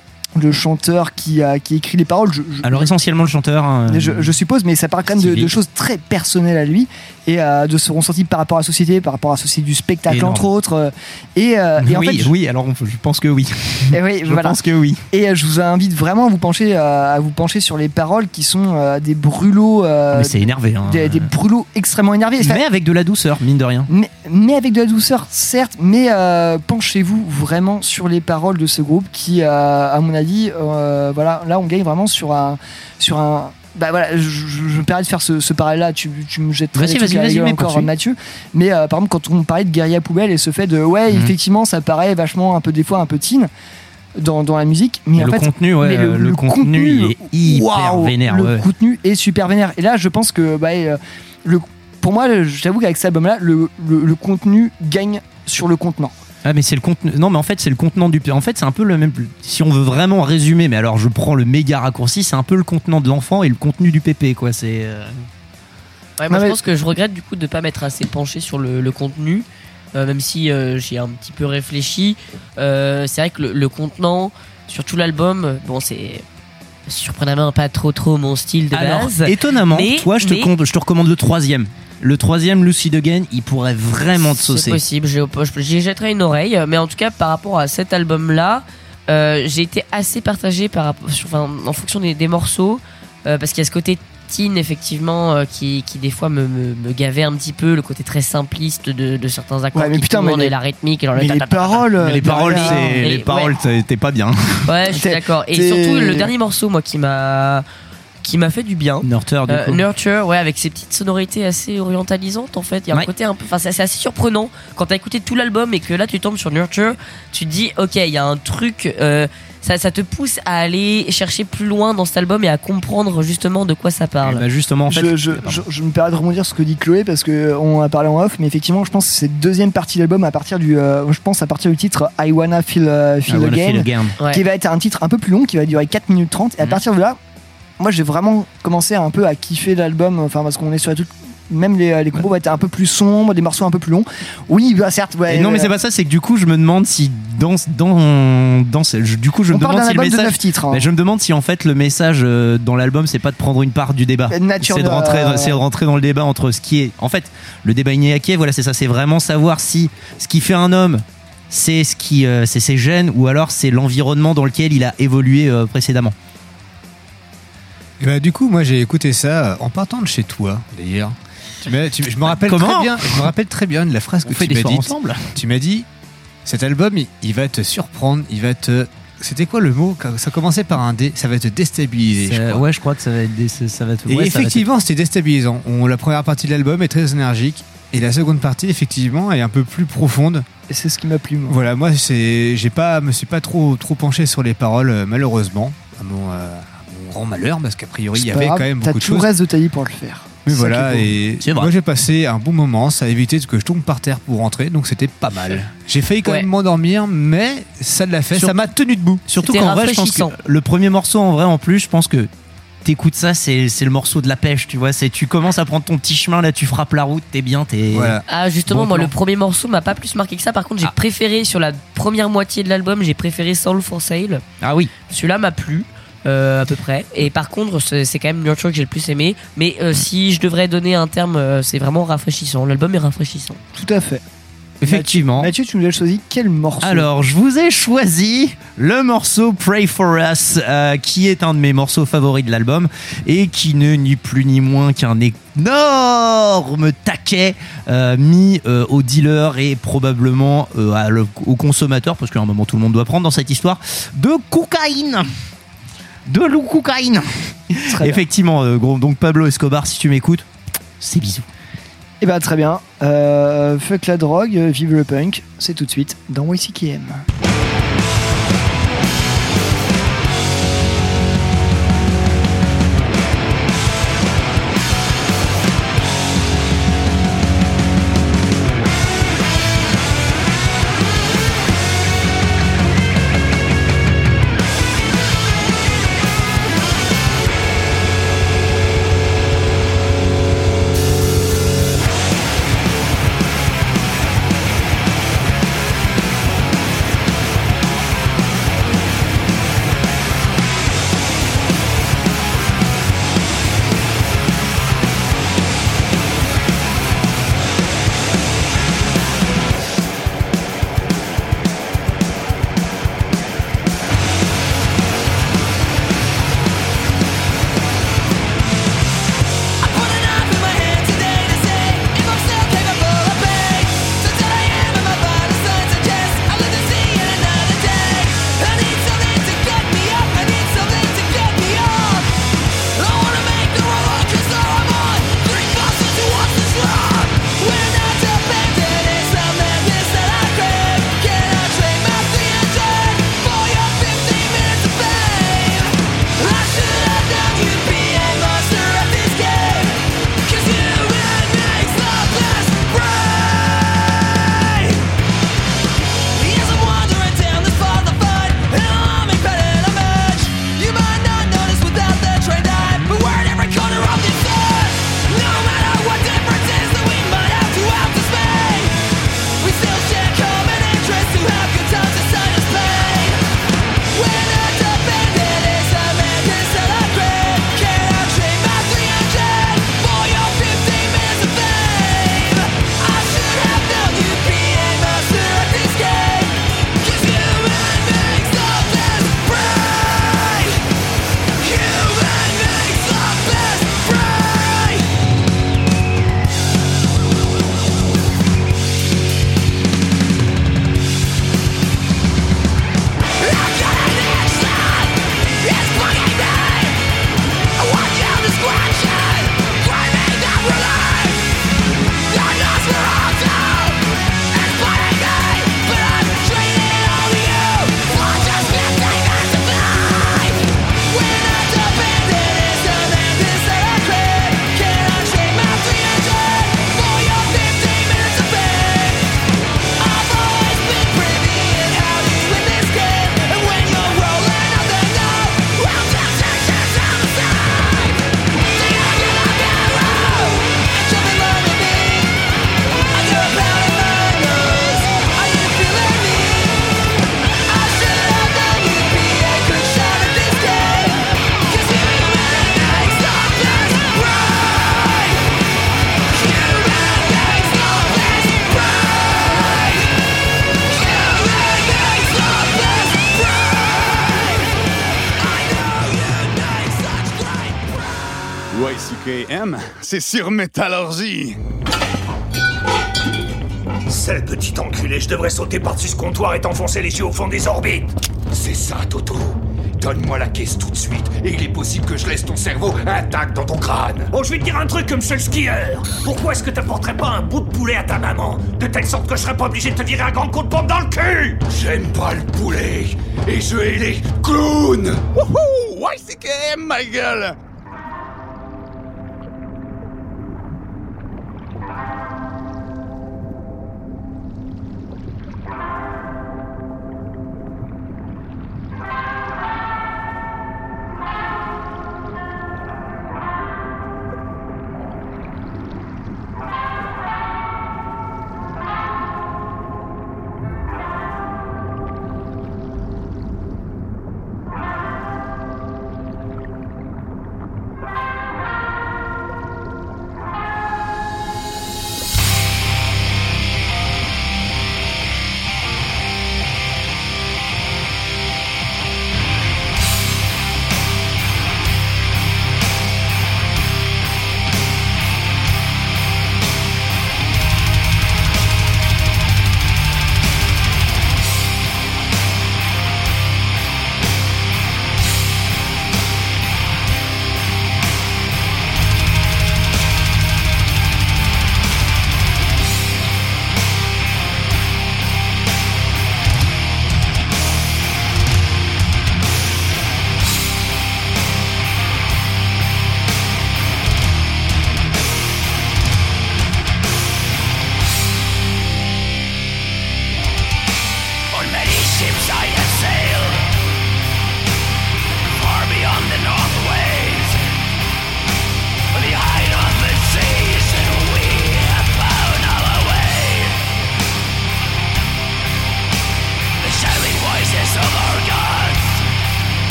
le chanteur qui a qui écrit les paroles. Je, je, Alors essentiellement le chanteur. Hein, je, je suppose, mais ça parle quand même de, de choses très personnelles à lui et euh, de se ressentir par rapport à la société, par rapport à la société du spectacle entre autres. Et, euh, et oui, en fait, je, oui. Alors je pense que oui. Et oui, je voilà. pense que oui. Et euh, je vous invite vraiment à vous pencher euh, à vous pencher sur les paroles qui sont euh, des brûlots. Euh, mais c'est énervé. Hein. Des, des brûlots extrêmement énervés. Mais avec de la douceur, mine de rien. Mais, mais avec de la douceur, certes. Mais euh, penchez-vous vraiment sur les paroles de ce groupe qui, euh, à mon avis. Euh, Voilà, là on gagne vraiment sur un, sur un. Bah voilà, je, je, je me permets de faire ce, ce parallèle-là. Tu, tu me jettes très vas-y, vas-y, vas-y, mais encore Mathieu. Mais euh, par exemple, quand on parlait de guérilla poubelle et ce fait de ouais, mmh. effectivement, ça paraît vachement un peu des fois un peu teen dans, dans la musique, mais, mais en le fait, contenu, ouais, mais le, le, le contenu, contenu est hyper wow, vénère. Le ouais. contenu est super vénère. Et là, je pense que bah, euh, le, pour moi, j'avoue qu'avec cet album-là, le, le, le contenu gagne sur le contenant. Ah mais c'est le contenu. Non mais en fait c'est le contenant du. En fait c'est un peu le même. Si on veut vraiment résumer, mais alors je prends le méga raccourci, c'est un peu le contenant de l'enfant et le contenu du pépé quoi. C'est. Euh... Ouais, moi non, je mais... pense que je regrette du coup de pas m'être assez penché sur le, le contenu, euh, même si euh, j'ai un petit peu réfléchi. Euh, c'est vrai que le, le contenant sur tout l'album, bon c'est surprenamment pas trop trop mon style de alors, base. Étonnamment, mais, toi je te mais... compte, je te recommande le troisième. Le troisième, Lucid Again, il pourrait vraiment te saucer. C'est possible, j'y jetterai une oreille. Mais en tout cas, par rapport à cet album-là, euh, j'ai été assez partagé par rapport, enfin, en fonction des, des morceaux, euh, parce qu'il y a ce côté teen, effectivement, euh, qui, qui des fois me, me, me gavait un petit peu, le côté très simpliste de, de certains accords ouais, mais qui putain, tournent mais et la rythmique. Et mais les paroles, mais les paroles, derrière, c'est, les, les paroles, ouais. t'es pas bien. Ouais, je suis d'accord. Et t'es... surtout, le dernier morceau, moi, qui m'a... qui m'a fait du bien. Nurture, du euh, coup. Nurture, ouais, avec ses petites sonorités assez orientalisantes en fait. Il y a ouais. un côté un peu, enfin c'est, c'est assez surprenant quand t'as écouté tout l'album et que là tu tombes sur Nurture, tu te dis ok, il y a un truc, euh, ça, ça te pousse à aller chercher plus loin dans cet album et à comprendre justement de quoi ça parle. Bah justement, en fait, je, je, je, je me permets de rebondir sur ce que dit Chloé parce que on a parlé en off, mais effectivement, je pense que c'est deuxième partie de l'album à partir du, euh, je pense à partir du titre I Wanna Feel, uh, feel, I wanna again, feel Again, ouais. qui va être un titre un peu plus long, qui va durer quatre minutes trente. Et à mmh. partir de là, moi j'ai vraiment commencé un peu à kiffer l'album, enfin parce qu'on est sur la toute. Même les, les compos vont être un peu plus sombres, des morceaux un peu plus longs. Oui, bah certes. Ouais, et non, mais c'est pas ça, c'est que du coup, je me demande si dans dans dans du coup, je on me demande si le message. De neuf titres, hein. Mais je me demande si en fait le message dans l'album, c'est pas de prendre une part du débat. Nature c'est de rentrer, euh... c'est de rentrer dans le débat entre ce qui est, en fait, le débat inéaqué. Voilà, c'est ça, c'est vraiment savoir si ce qui fait un homme, c'est ce qui, euh, c'est ses gènes, ou alors c'est l'environnement dans lequel il a évolué euh, précédemment. Et bah, du coup, moi, j'ai écouté ça en partant de chez toi, d'ailleurs. Tu m'as, tu, je me rappelle Comment très bien. Je me rappelle très bien de la phrase que On fait tu des m'as dit. ensemble. Tu m'as dit, cet album, il, il va te surprendre, il va te. C'était quoi le mot? Ça commençait par un D. Ça va te déstabiliser. Je crois. Ouais, je crois que ça va être. Des, ça va te, Et ouais, effectivement, ça va te... c'était déstabilisant. On, la première partie de l'album est très énergique. Et la seconde partie, effectivement, est un peu plus profonde. Et c'est ce qui m'a plu. Moi. Voilà, moi, c'est, j'ai pas, me suis pas trop, trop penché sur les paroles, malheureusement, à mon, euh, à mon grand malheur, parce qu'a priori, il y avait grave, quand même beaucoup de choses. T'as tout reste de ta vie pour le faire. Mais c'est voilà, et moi j'ai passé un bon moment, ça a évité que je tombe par terre pour rentrer, donc c'était pas mal. J'ai failli quand ouais. même m'endormir, mais ça l'a fait, Sur... ça m'a tenu debout. Surtout qu'en vrai, je pense que le premier morceau, en vrai, en plus, je pense que t'écoutes ça, c'est, c'est le morceau de la pêche, tu vois. C'est, tu commences à prendre ton petit chemin, là, tu frappes la route, t'es bien, t'es. Voilà. Ah, justement, bon moi, plan. Le premier morceau m'a pas plus marqué que ça. Par contre, j'ai ah. préféré, sur la première moitié de l'album, j'ai préféré Soul for Sale. Ah oui. Celui-là m'a plu. Euh, à peu près. Et par contre, c'est, c'est quand même Nurture que j'ai le plus aimé. Mais euh, si je devrais donner un terme, euh, c'est vraiment rafraîchissant. L'album est rafraîchissant. Tout à fait. Effectivement. Mathieu, tu nous as choisi quel morceau? Alors, je vous ai choisi le morceau Pray for Us, euh, qui est un de mes morceaux favoris de l'album et qui n'est ni plus ni moins qu'un énorme taquet euh, mis euh, au dealer et probablement euh, à le, au consommateur, parce qu'à un moment tout le monde doit prendre dans cette histoire, de cocaïne. De loup cocaïne. Effectivement, euh, gros, donc Pablo Escobar, si tu m'écoutes, c'est bisous. Et bah très bien. Euh, fuck la drogue, vive le punk. C'est tout de suite dans Y C K M. K M, c'est sur Métallurgie. Sale petit enculé, je devrais sauter par-dessus ce comptoir et t'enfoncer les yeux au fond des orbites. C'est ça, Toto. Donne-moi la caisse tout de suite, et il est possible que je laisse ton cerveau intact dans ton crâne. Oh, je vais te dire un truc comme seul skieur. Pourquoi est-ce que t'apporterais pas un bout de poulet à ta maman? De telle sorte que je serais pas obligé de te tirer un grand coup de pompe dans le cul. J'aime pas le poulet, et je hais les clowns. Wouhou! Y C K M, ma gueule!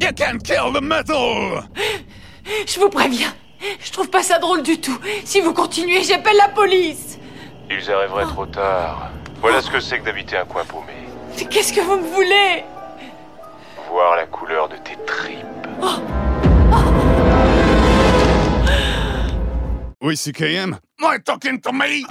You can't kill the metal! Je vous préviens, je trouve pas ça drôle du tout. Si vous continuez, j'appelle la police. Ils arriveraient trop tard. Voilà ce que c'est que d'habiter un coin paumé. Mais qu'est-ce que vous me voulez? Voir la couleur de tes tripes. Oh. Oui, C K M? Am I talking to me?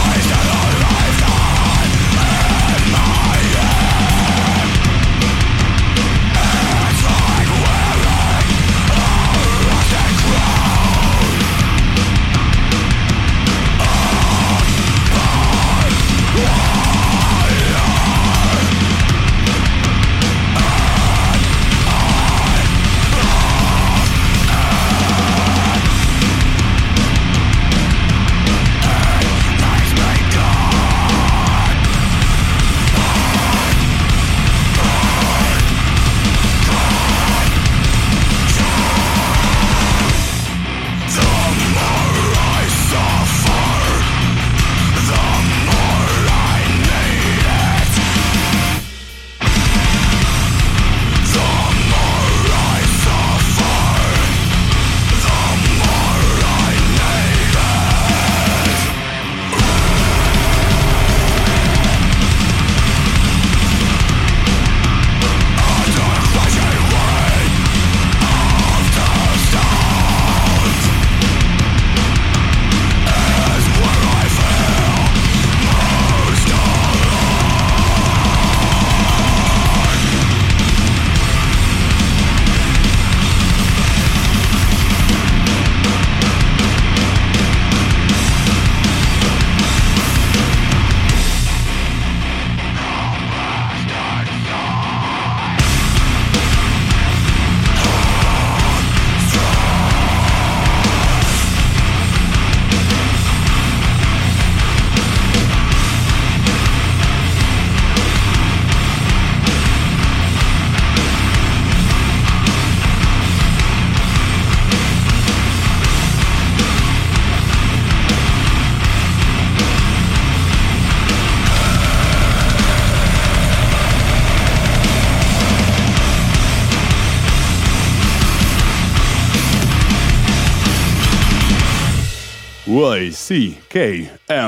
Y C K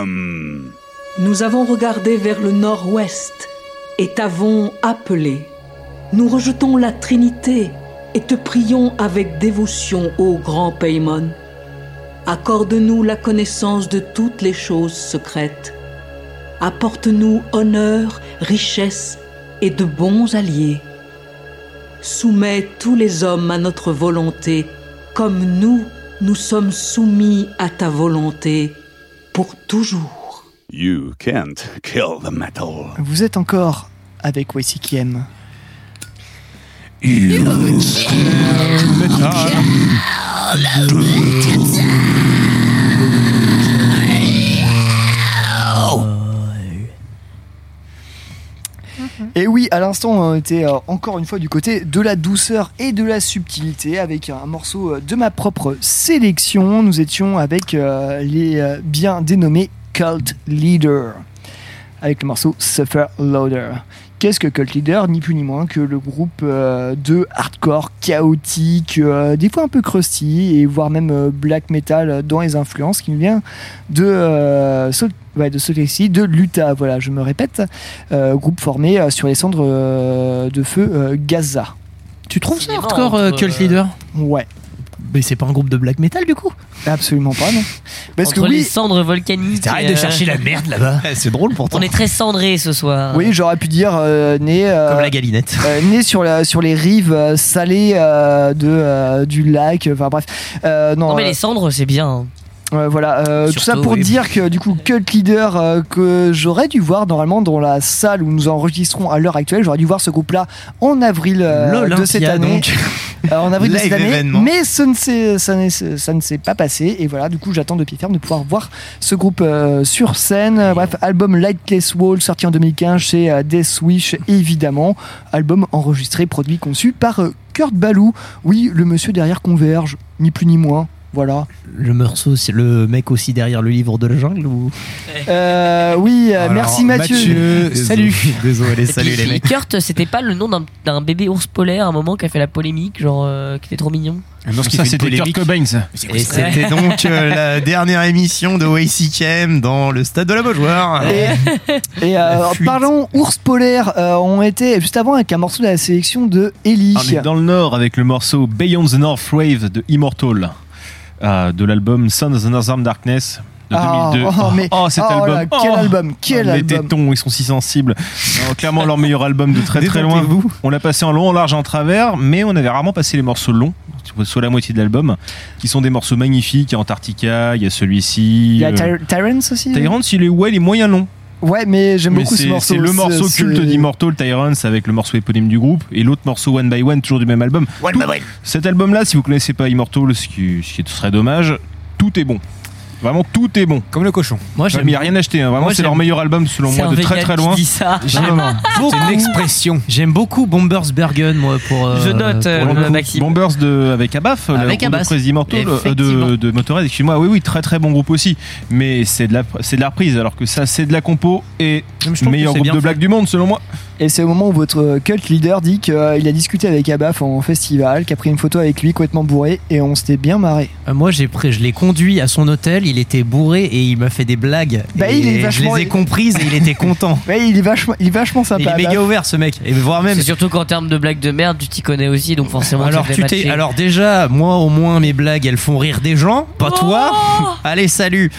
M. Nous avons regardé vers le nord-ouest et t'avons appelé. Nous rejetons la Trinité et te prions avec dévotion, ô grand Paimon. Accorde-nous la connaissance de toutes les choses secrètes. Apporte-nous honneur, richesse et de bons alliés. Soumets tous les hommes à notre volonté, comme nous, nous sommes soumis à ta volonté pour toujours. You can't kill the metal. Vous êtes encore avec Y C K M. You can't Et oui, à l'instant, on était euh, encore une fois du côté de la douceur et de la subtilité avec un morceau de ma propre sélection. Nous étions avec euh, les euh, bien dénommés Cult Leader, avec le morceau Suffer Loader. Qu'est-ce que Cult Leader? Ni plus ni moins que le groupe euh, de hardcore chaotique, euh, des fois un peu crusty, et voire même euh, black metal dans les influences, qui vient de euh, Salt, ouais, de Salt Lake City, de l'Utah. Voilà, je me répète, euh, groupe formé euh, sur les cendres euh, de feu euh, Gaza. Tu trouves ça hardcore, euh, Cult Leader? Ouais. Mais c'est pas un groupe de black metal du coup? Absolument pas, non. Parce Entre que oui, les cendres volcaniques. Arrête de chercher la merde là-bas. C'est drôle pourtant. On est très cendré ce soir. Oui, j'aurais pu dire euh, né. Euh, Comme la galinette. Euh, né sur, la, sur les rives euh, salées euh, de, euh, du lac. Enfin bref. Euh, non, non, mais euh, les cendres, c'est bien. Euh, voilà, euh, tout ça pour oui. dire que du coup Cult Leader euh, que j'aurais dû voir normalement dans la salle où nous enregistrons à l'heure actuelle, j'aurais dû voir ce groupe-là en avril euh, de cette année, euh, en avril de cette année, événement. Mais ce ne s'est, ça, ne, ça ne s'est pas passé et voilà, du coup j'attends de pied ferme de pouvoir voir ce groupe euh, sur scène. Euh, bref, album Lightless Wall sorti en deux mille quinze chez euh, Death Wish évidemment, album enregistré, produit, conçu par euh, Kurt Ballou, oui le monsieur derrière Converge, ni plus ni moins. Voilà. Le morceau, c'est le mec aussi derrière le livre de la jungle ou euh, Oui, Alors, merci Mathieu. Mathieu salut. Désolé, salut Et les puis, mecs. Kurt, c'était pas le nom d'un, d'un bébé ours polaire à un moment qui a fait la polémique, genre euh, qui était trop mignon. Non, ça c'était Kurt Cobain. Ça. Et c'était donc euh, la dernière émission de O A C K M dans le stade de la Beaujoire. Et, et euh, parlons ours polaire, euh, on était juste avant avec un morceau de la sélection de Ellie. On est dans le nord avec le morceau Beyond the North Wave de Immortal. Euh, de l'album Sons of the Northern Darkness de oh, deux mille deux. Oh, mais, oh cet oh album. Là, quel oh, album Quel oh, album Les tétons, ils sont si sensibles. Non, clairement leur meilleur album de très très loin. On l'a passé en long, en large, en travers, mais on avait rarement passé les morceaux longs, soit la moitié de l'album, qui sont des morceaux magnifiques. Il y a Antarctica, il y a celui-ci. Il y a euh, Ty- Tyrants aussi. Tyrants, il est ouais, il est moyen long. Ouais, mais j'aime mais beaucoup c'est, ce morceau. C'est le morceau c'est, culte c'est... d'Immortal, Tyrants, avec le morceau éponyme du groupe, et l'autre morceau One by One, toujours du même album. One Tout, by One. Cet album-là, si vous connaissez pas Immortal, ce qui, ce qui serait dommage, tout est bon. Vraiment, tout est bon. Comme le cochon. Moi, j'aime. Il n'y a rien acheté. Hein. Vraiment, Moi, c'est j'aime... leur meilleur album, selon c'est moi, de très très loin. Qui dit ça. J'aime non, non. C'est une expression. J'aime beaucoup Bombers Bergen, moi, pour. Euh, Je note, euh, pour le Maxime. Bombers de, avec Abaf, avec le groupe de Crazy Immortal, euh, de, de Motorhead, excuse-moi. Oui, oui, très très bon groupe aussi. Mais c'est de la, c'est de la reprise, alors que ça, c'est de la compo et le meilleur groupe de blagues du monde, selon moi. Et c'est au moment où votre cult leader dit qu'il a discuté avec Abaf en festival, qu'il a pris une photo avec lui complètement bourré et on s'était bien marré. Euh, moi, j'ai pris, je l'ai conduit à son hôtel, il était bourré et il m'a fait des blagues. Bah, et il est vachement... Je les ai comprises et il était content. Ouais, il est vachement, il est vachement sympa. Il est méga Abaf. ouvert ce mec. Et voire même. C'est surtout qu'en termes de blagues de merde, tu t'y connais aussi, donc forcément. Alors, ça tu fait t'es, matcher. alors déjà, moi au moins mes blagues elles font rire des gens, pas Oh toi. Allez, salut.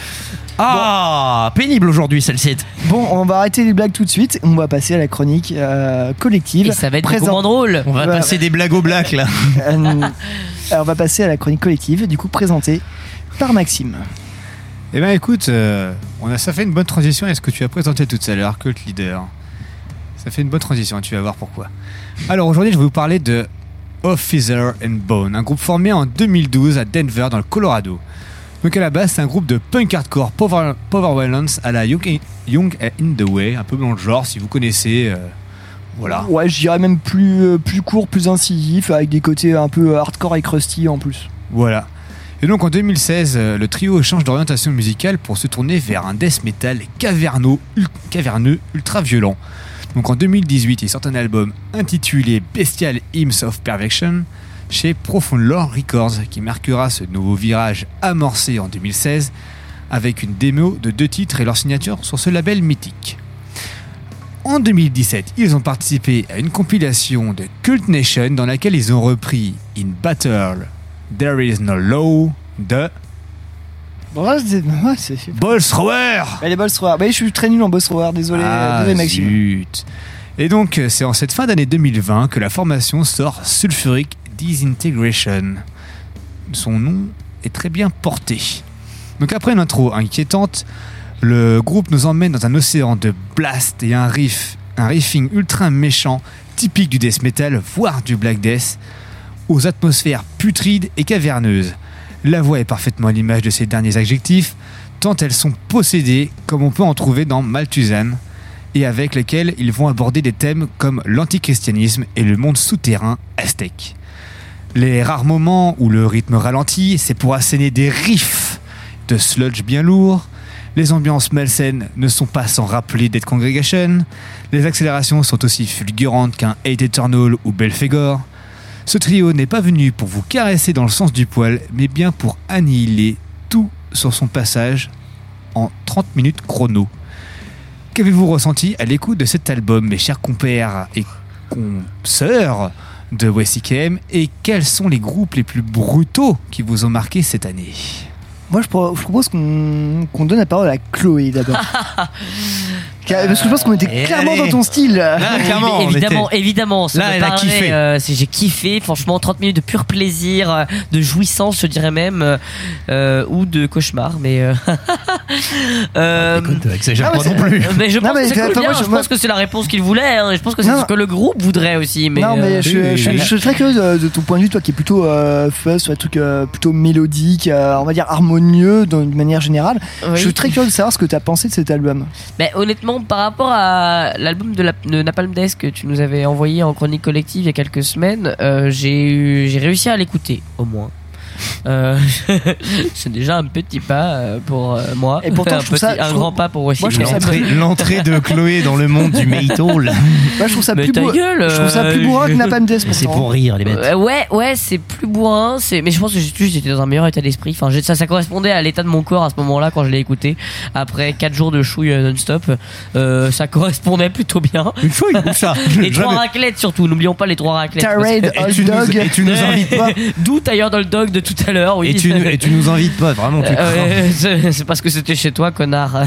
Ah, bon. Pénible aujourd'hui celle-ci. Bon, on va arrêter les blagues tout de suite. On va passer à la chronique euh, collective. Et ça va être Présent... beaucoup moins drôle. On va Ouais. passer des blagues au black là. euh, alors, on va passer à la chronique collective, du coup présentée par Maxime. Eh ben écoute, euh, on a, ça fait une bonne transition à ce que tu as présenté tout à l'heure, Cult Leader. Ça fait une bonne transition, tu vas voir pourquoi. Alors aujourd'hui, je vais vous parler de Officer and Bone, un groupe formé en deux mille douze à Denver, dans le Colorado. Donc à la base, c'est un groupe de punk hardcore power, power violence à la Young, Young in the Way, un peu dans le genre, si vous connaissez. Euh, voilà. Ouais, je dirais même plus, euh, plus court, plus incisif, avec des côtés un peu hardcore et crusty en plus. Voilà. Et donc en deux mille seize, euh, le trio change d'orientation musicale pour se tourner vers un death metal caverneux, ul- caverneux ultra violent. Donc en deux mille dix-huit, ils sortent un album intitulé Bestial Hymns of Perfection chez Profound Lore Records, qui marquera ce nouveau virage amorcé en deux mille seize avec une démo de deux titres et leur signature sur ce label mythique. En deux mille dix-sept, ils ont participé à une compilation de Cult Nation dans laquelle ils ont repris In Battle There Is No Law de Ouais, c'est, ouais, c'est... Boss Thrower. Bah, les Boss Thrower. Bah, je suis très nul en Boss Thrower, désolé, Ah, désolé Maxime. zut. Et donc, c'est en cette fin d'année deux mille vingt que la formation sort Sulfuric Disintegration. Son nom est très bien porté. Donc après une intro inquiétante, le groupe nous emmène dans un océan de blast et un riff, un riffing ultra méchant, typique du death metal, voire du black death, aux atmosphères putrides et caverneuses. La voix est parfaitement à l'image de ces derniers adjectifs, tant elles sont possédées, comme on peut en trouver dans Malthusan, et avec lesquelles ils vont aborder des thèmes comme l'antichristianisme et le monde souterrain aztèque. Les rares moments où le rythme ralentit, c'est pour asséner des riffs de sludge bien lourds. Les ambiances malsaines ne sont pas sans rappeler Dead Congregation. Les accélérations sont aussi fulgurantes qu'un Hate Eternal ou Belphegor. Ce trio n'est pas venu pour vous caresser dans le sens du poil, mais bien pour annihiler tout sur son passage en trente minutes chrono. Qu'avez-vous ressenti à l'écoute de cet album, mes chers compères et consoeurs de O A C K M, et quels sont les groupes les plus brutaux qui vous ont marqué cette année? Moi, je, pro- je propose qu'on, qu'on donne la parole à Chloé d'abord. Car- Parce que je pense qu'on était Et clairement allez. dans ton style. Là, clairement, on évidemment, était- évidemment. ça Là, me elle a parlait, kiffé. euh, c'est- j'ai kiffé, franchement, trente minutes de pur plaisir, euh, de jouissance, je dirais même, euh, euh, ou de cauchemar, mais. Euh, euh, Écoute, exagère non, mais pas non c'est- plus. mais je Non, pense mais que c'est attends, cool, bien, moi, je- je moi- pense que c'est la réponse qu'il voulait, hein, et je pense que c'est Non. ce que le groupe voudrait aussi. Mais, non, mais euh, je, je- je- je suis très curieux de, de ton point de vue, toi qui est plutôt euh, fuzz, sur un truc euh, plutôt mélodique, euh, on va dire harmonieux d'une manière générale. oui. Je suis très curieux de savoir ce que tu as pensé de cet album. Ben, honnêtement, par rapport à l'album de, la, de Napalm Death que tu nous avais envoyé en chronique collective il y a quelques semaines, euh, j'ai, eu, j'ai réussi à l'écouter, au moins. Euh, c'est déjà un petit pas euh, pour euh, moi. Et pourtant, un, je trouve petit, ça, un je grand trouve- pas pour Wesley. Moi, je trouve ça L'entrée, l'entrée de Chloé dans le monde du Maytall. Moi, je trouve ça Mais plus ta bourrin. gueule, Je trouve ça euh, plus bourrin je- que Napalm Death. C'est pourtant. pour rire, les bêtes. Euh, ouais, ouais, c'est plus bourrin. C'est... Mais je pense que j'ai- j'étais dans un meilleur état d'esprit. Enfin, j'ai- ça, ça correspondait à l'état de mon corps à ce moment-là quand je l'ai écouté. Après quatre jours de chouille euh, non-stop, euh, ça correspondait plutôt bien. Une chouille, ou ça Les trois Jamais. raclettes surtout. N'oublions pas les trois raclettes. Tired parce que- Old tu nous- Dog. et tu nous invites pas. D'où Tired Old Dog de tout à l'heure. Oui. Et tu, et tu nous invites pas, vraiment, tu Euh, crains. ouais, c'est c'est parce que c'était chez toi, connard.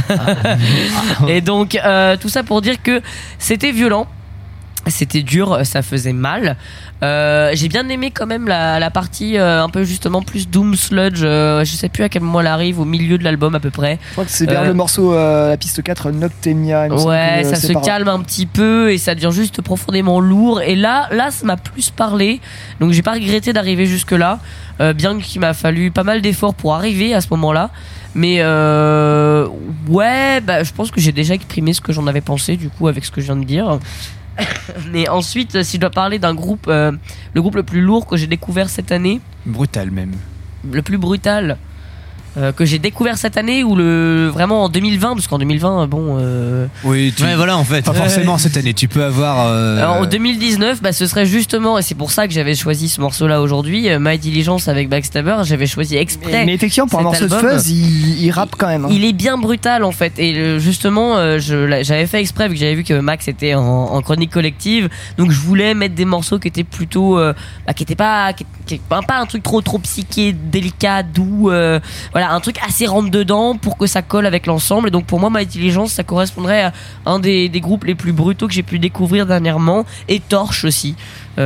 Et donc, euh, tout ça pour dire que c'était violent. C'était dur, ça faisait mal. Euh, j'ai bien aimé quand même la, la partie euh, un peu justement plus Doom Sludge. Euh, je sais plus à quel moment elle arrive, au milieu de l'album à peu près. Je crois que c'est vers Euh, le morceau, euh, la piste quatre, Noctemia. il me semble Ouais, que ça c'est se par là. calme un petit peu et ça devient juste profondément lourd. Et là, là, ça m'a plus parlé. Donc j'ai pas regretté d'arriver jusque là, euh, bien qu'il m'a fallu pas mal d'efforts pour arriver à ce moment-là. Mais euh, ouais, bah, je pense que j'ai déjà exprimé ce que j'en avais pensé du coup avec ce que je viens de dire. Mais ensuite, si je dois parler d'un groupe, euh, le groupe le plus lourd que j'ai découvert cette année, Brutal même. le plus brutal euh, que j'ai découvert cette année ou le vraiment en deux mille vingt, parce qu'en deux mille vingt, bon. Euh, Oui, tu... Ouais, voilà, en fait. Pas forcément cette année. Tu peux avoir. euh, Alors, en deux mille dix-neuf, bah, ce serait justement, et c'est pour ça que j'avais choisi ce morceau-là aujourd'hui, euh, My Diligence avec Backstabber. J'avais choisi exprès. Mais, mais effectivement, pour un cet morceau de album. fuzz, il, il rappe quand même. hein. Il est bien brutal en fait, et euh, justement, euh, je, l'a- j'avais fait exprès vu que j'avais vu que Max était en, en chronique collective, donc je voulais mettre des morceaux qui étaient plutôt, euh, bah, qui étaient pas, qui, qui- pas, pas un truc trop trop psyché, délicat, doux, euh, voilà, un truc assez rentre dedans pour que ça colle avec l'ensemble. Et donc pour moi, My Diligence, ça correspondrait à un des, des groupes les plus brutaux que j'ai pu découvrir dernièrement, et Torche aussi.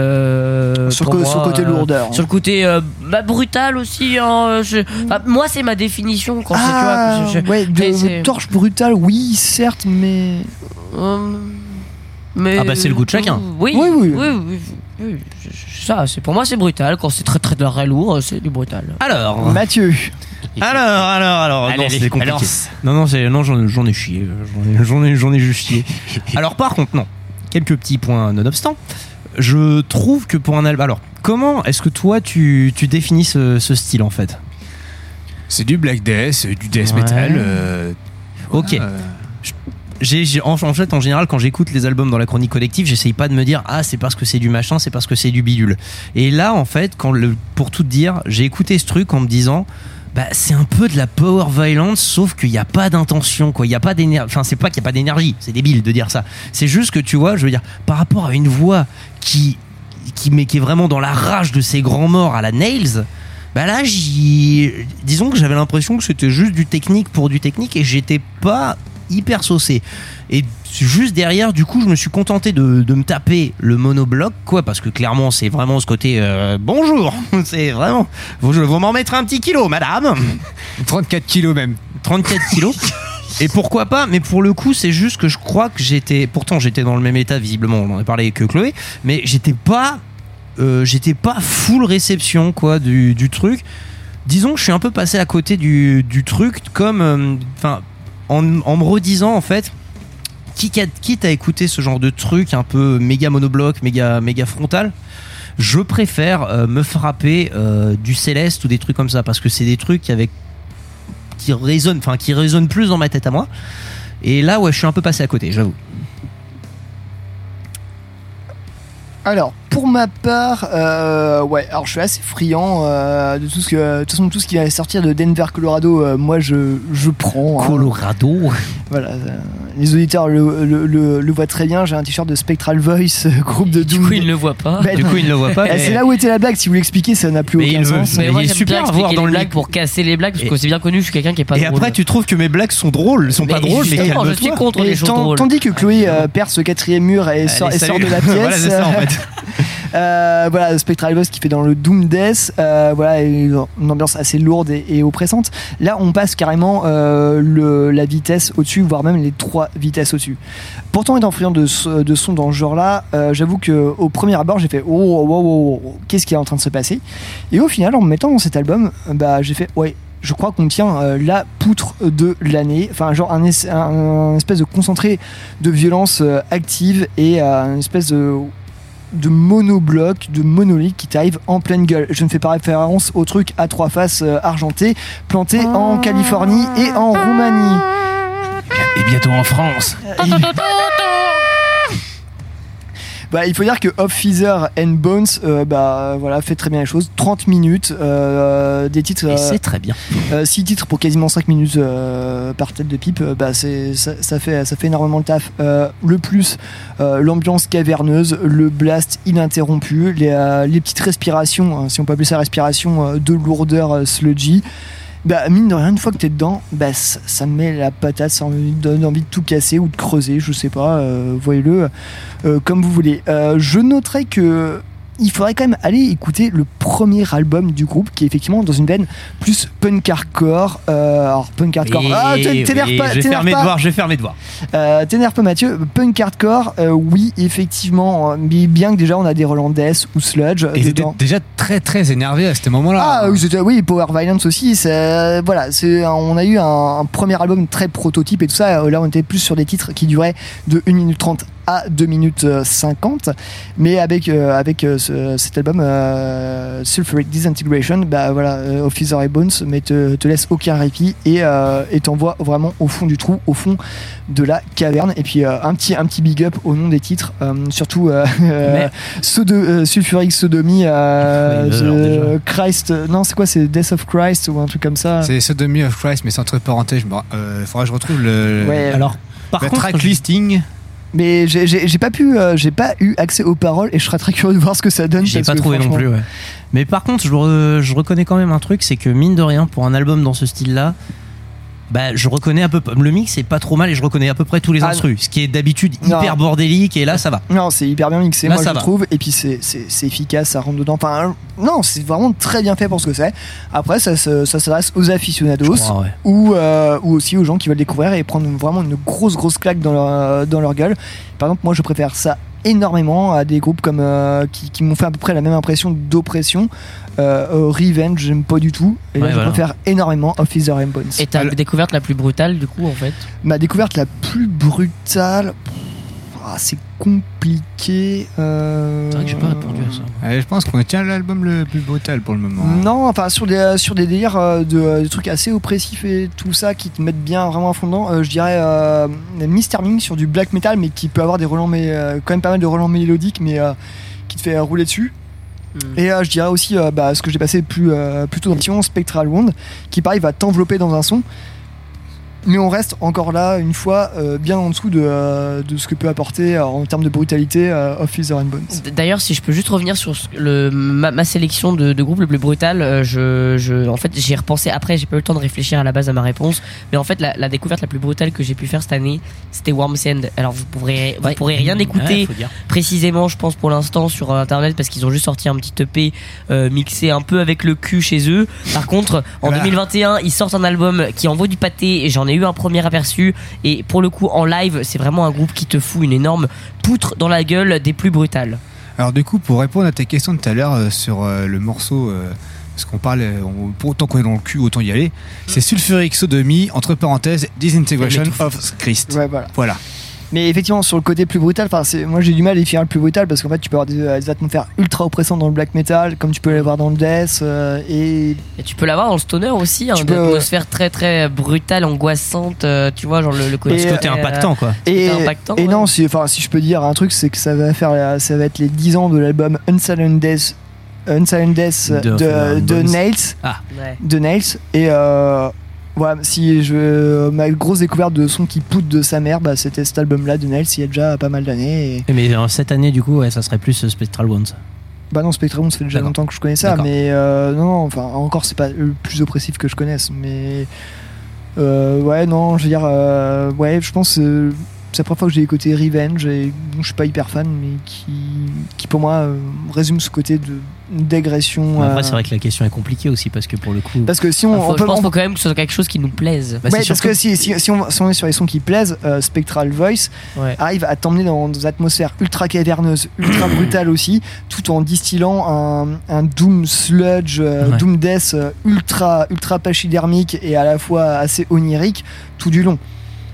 Euh, Sur, pour le, moi, sur le côté euh, lourdeur. hein. sur le côté euh, bah, brutal aussi. Hein, je- enfin, moi, c'est ma définition quand Ah, c'est, tu vois. je- ouais, de, mais c'est- torche brutale, oui, certes, mais. Euh, mais Ah bah, c'est le goût de chacun. Oui, Oui, oui. oui, oui, oui, je- ça, c'est pour moi, c'est brutal. Quand c'est très très très lourd, c'est du brutal. Alors, Mathieu. alors, alors, alors, Allez, non, allez, c'est compliqué. alors. Non, non, c'est, non, j'en, j'en ai chié, j'en ai, j'en ai, j'en ai juste chié. Alors, par contre, non, quelques petits points nonobstant. Je trouve que pour un album, alors, comment est-ce que toi tu, tu définis ce, ce style en fait? C'est du black death, du death Ouais. metal. euh, Ok. voilà, euh, J'ai, j'ai- en, en fait, en général, quand j'écoute les albums dans la chronique collective, j'essaye pas de me dire ah c'est parce que c'est du machin, c'est parce que c'est du bidule. Et là, en fait, quand le, pour tout te dire, j'ai écouté ce truc en me disant bah c'est un peu de la power violence, sauf qu'il n'y a pas d'intention, quoi. Il y a pas d'énergie. Enfin, c'est pas qu'il y a pas d'énergie. C'est débile de dire ça. C'est juste que tu vois, je veux dire, par rapport à une voix qui qui, mais qui est vraiment dans la rage de ces grands morts à la Nails. Bah là, j'y... disons que j'avais l'impression que c'était juste du technique pour du technique et j'étais pas hyper saucé. Et juste derrière, du coup, je me suis contenté de, de me taper le monobloc, quoi, parce que clairement, c'est vraiment ce côté euh, bonjour, c'est vraiment. Vous, vous m'en mettre un petit kilo, madame. trente-quatre kilos même. trente-quatre kilos. Et pourquoi pas, mais pour le coup, c'est juste que je crois que j'étais. Pourtant, j'étais dans le même état, visiblement, on en a parlé que Chloé, mais j'étais pas. Euh, j'étais pas full réception, quoi, du, du truc. Disons que je suis un peu passé à côté du, du truc, comme. Enfin. En, en me redisant en fait, quitte à, quitte à écouter ce genre de truc un peu méga monobloc, méga, méga frontal, je préfère euh, me frapper euh, du Céleste ou des trucs comme ça, parce que c'est des trucs avec qui résonnent, enfin qui résonnent plus dans ma tête à moi. Et là, ouais, je suis un peu passé à côté, j'avoue. Alors, pour ma part, euh, ouais, alors je suis assez friand euh, de tout ce que, de toute façon, tout ce qui va sortir de Denver, Colorado, euh, moi je, je prends. hein. Colorado. Voilà, euh, les auditeurs le, le, le, le voient très bien. J'ai un t-shirt de Spectral Voice, euh, groupe de Doom. Du coup, il ne le voit pas. Bah, Du coup, il ne le voit pas. eh, mais- c'est là où était la blague. Si vous l'expliquez, ça n'a plus Mais aucun il veut- sens. mais Mais moi, il est j'aime super bien à expliquer voir dans les le blagues livre. pour casser les blagues, parce Et- que c'est bien connu, je suis quelqu'un qui est pas Et drôle. après, tu trouves que mes blagues sont drôles, elles sont pas Mais drôles, mais justement, je suis calme-toi. contre Et les choses tant- drôles. tandis que Chloé euh, perce ce quatrième mur et sort, Allez, et sort salut. de la pièce. Voilà, c'est ça, en fait. Euh, voilà, Spectral Voice qui fait dans le Doom Death, euh, voilà, et une ambiance assez lourde et, et oppressante. Là, on passe carrément euh, le, la vitesse au-dessus, voire même les trois vitesses au-dessus. Pourtant, étant friand de, so- de son dans ce genre-là, euh, j'avoue que au premier abord, j'ai fait oh, oh, oh, oh, oh, qu'est-ce qui est en train de se passer? Et au final, en me mettant dans cet album, bah, j'ai fait ouais. Je crois qu'on tient euh, la poutre de l'année, enfin genre un, es- un, un espèce de concentré de violence euh, active et euh, une espèce de de monoblocs, de monolithes qui t'arrivent en pleine gueule. Je ne fais pas référence au truc à trois faces euh, argentées planté en Californie et en Roumanie. Et bientôt en France. Bah, il faut dire que Of Feather and Bones euh, bah, voilà, fait très bien les choses. trente minutes, euh, des titres. Et euh, c'est très bien. Euh, six titres pour quasiment cinq minutes euh, par tête de pipe, euh, bah, c'est, ça, ça, fait, ça fait énormément le taf. Euh, le plus, euh, l'ambiance caverneuse, le blast ininterrompu, les, euh, les petites respirations, hein, si on peut appeler ça respiration, euh, de lourdeur euh, sludgy. Bah, mine de rien, une fois que t'es dedans, bah, ça, ça me met la patate, ça me donne envie de tout casser ou de creuser, je sais pas, euh, voyez-le euh, comme vous voulez. Euh, je noterai que il faudrait quand même aller écouter le premier album du groupe qui est effectivement dans une veine plus punk hardcore. Euh, alors punk hardcore. Oui, ah, t'énerve oui, pas, je vais t'énerve fermer pas. de voir, je vais fermer de voir. Euh, t'énerve pas Mathieu. Punk hardcore, euh, oui effectivement, mais bien que déjà on a des Roland Death ou Sludge Et ils étaient dedans. déjà très très énervés à ce moment-là. Ah oui, c'était, oui, Power Violence aussi. C'est, voilà, c'est, on a eu un, un premier album très prototype et tout ça. Là, on était plus sur des titres qui duraient de une minute trente à deux minutes cinquante. Mais avec, euh, avec euh, ce, cet album, euh, Sulfuric Disintegration, bah voilà, euh, Of Feather and Bones, mais te, te laisse aucun répit et, euh, et t'envoie vraiment au fond du trou, au fond de la caverne. Et puis euh, un petit un petit big up au nom des titres, euh, surtout euh, euh, Sodo, euh, Sulfuric Sodomy, euh, Oui, The alors, Christ, non c'est quoi, c'est Death of Christ ou un truc comme ça. C'est Sodomy of Christ, mais c'est entre parenthèses. Il euh, faudra que je retrouve le. Ouais. Alors, par le contre, track listing. Mais j'ai, j'ai, j'ai pas pu, euh, j'ai pas eu accès aux paroles et je serais très curieux de voir ce que ça donne. J'ai parce pas que trouvé non franchement- plus, ouais. Mais par contre, je, re- je reconnais quand même un truc, c'est que mine de rien, pour un album dans ce style-là, bah, je reconnais un peu. Le mix est pas trop mal et je reconnais à peu près tous les Ah, instrus, ce qui est d'habitude Non. hyper bordélique et là ça va. Non, c'est hyper bien mixé, Là, moi ça je va. trouve. Et puis c'est, c'est, c'est efficace, ça rentre dedans. Enfin, non, c'est vraiment très bien fait pour ce que c'est. Après, ça, se- ça s'adresse aux aficionados Je crois, ouais. ou, euh, ou aussi aux gens qui veulent découvrir et prendre vraiment une grosse, grosse claque dans leur, dans leur gueule. Par exemple, moi je préfère ça énormément à des groupes comme euh, qui, qui m'ont fait à peu près la même impression d'oppression. Euh, euh, Revenge, j'aime pas du tout. Et là, Ouais, je voilà. préfère énormément Of Feather and Bones. Et ta découverte la plus brutale, du coup, en fait Ma découverte la plus brutale, pff, ah, c'est compliqué. Euh... C'est vrai que j'ai pas répondu à ça. Euh, je pense qu'on tient l'album le plus brutal pour le moment. Non, enfin sur des sur des délires euh, de, euh, de trucs assez oppressifs et tout ça qui te mettent bien vraiment à fond dedans. Euh, je dirais euh, Mister Ming sur du black metal, mais qui peut avoir des relents, mais euh, quand même pas mal de relents mélodiques, mais euh, qui te fait euh, rouler dessus. Et euh, je dirais aussi euh, bah, ce que j'ai passé plus euh, plutôt dans l'émission, Spectral Wound, qui pareil va t'envelopper dans un son. Mais on reste encore là, une fois, euh, bien en dessous de, euh, de ce que peut apporter euh, en termes de brutalité euh, Of Feather and Bones. D'ailleurs, si je peux juste revenir sur ce- le, ma, ma sélection de, de groupes le plus brutal, euh, je, je, en fait, j'y ai repensé après, j'ai pas eu le temps de réfléchir à la base à ma réponse, mais en fait, la, la découverte la plus brutale que j'ai pu faire cette année, c'était Worm's End. Alors, vous pourrez, vous Ouais. pourrez rien Ouais, écouter faut dire. précisément, je pense, pour l'instant sur internet, parce qu'ils ont juste sorti un petit E P euh, mixé un peu avec le cul chez eux. Par contre, en Voilà. deux mille vingt et un, ils sortent un album qui envoie du pâté, et j'en ai eu un premier aperçu. Et pour le coup, en live, c'est vraiment un groupe qui te fout une énorme poutre dans la gueule des plus brutales. Alors du coup, pour répondre à ta question de tout à l'heure euh, sur euh, le morceau, euh, parce qu'on parle, euh, on- pour autant qu'on est dans le cul, autant y aller, c'est Sulfuric Sodomy, entre parenthèses, Disintegration of Christ. Ouais, voilà. Voilà. Mais effectivement, sur le côté plus brutal, enfin, c'est, moi j'ai du mal à définir le plus brutal parce qu'en fait, tu peux avoir des, des atmosphères ultra oppressantes dans le black metal, comme tu peux l'avoir dans le death, euh, et... et tu peux l'avoir dans le stoner aussi, hein, Tu une peux- atmosphère très très brutale, angoissante, euh, tu vois, genre le, le côté, Et, euh, Ce côté impactant, quoi. ce côté Et, impactant, et ouais. non, si, enfin, si je peux dire un truc, c'est que ça va faire, la- ça va être les dix ans de l'album Unsilent Death, Unsilent Death De de, Feather and de Bones. Nails, Ah. Ouais. de Nails, et euh, voilà, si je, ma grosse découverte de son qui poutre de sa mère, bah, c'était cet album-là de Nails il y a déjà pas mal d'années. Et... Mais euh, cette année, du coup, ouais, ça serait plus euh, Spectral Ones. Bah non, Spectrum, ça fait déjà D'accord. longtemps que je connais ça, D'accord. mais euh, non, non, enfin, encore, c'est pas le plus oppressif que je connaisse, mais euh, ouais, non, je veux dire, euh, ouais, je pense, euh, c'est la première fois que j'ai écouté Revenge, et bon, je suis pas hyper fan, mais qui, qui pour moi euh, résume ce côté de d'agression. Après, euh, c'est vrai que la question est compliquée aussi parce que pour le coup. Parce que si on, Faut- on je peut, pense on- qu'il faut quand même que ce soit quelque chose qui nous plaise. Bah, ouais, c'est parce surtout- que si, si, si, on, si on est sur les sons qui plaisent, euh, Spectral Voice Ouais. arrive à t'emmener dans des atmosphères ultra caverneuses, ultra brutales aussi, tout en distillant un, un doom sludge, euh, Ouais. doom death euh, ultra, ultra pachydermique et à la fois assez onirique tout du long.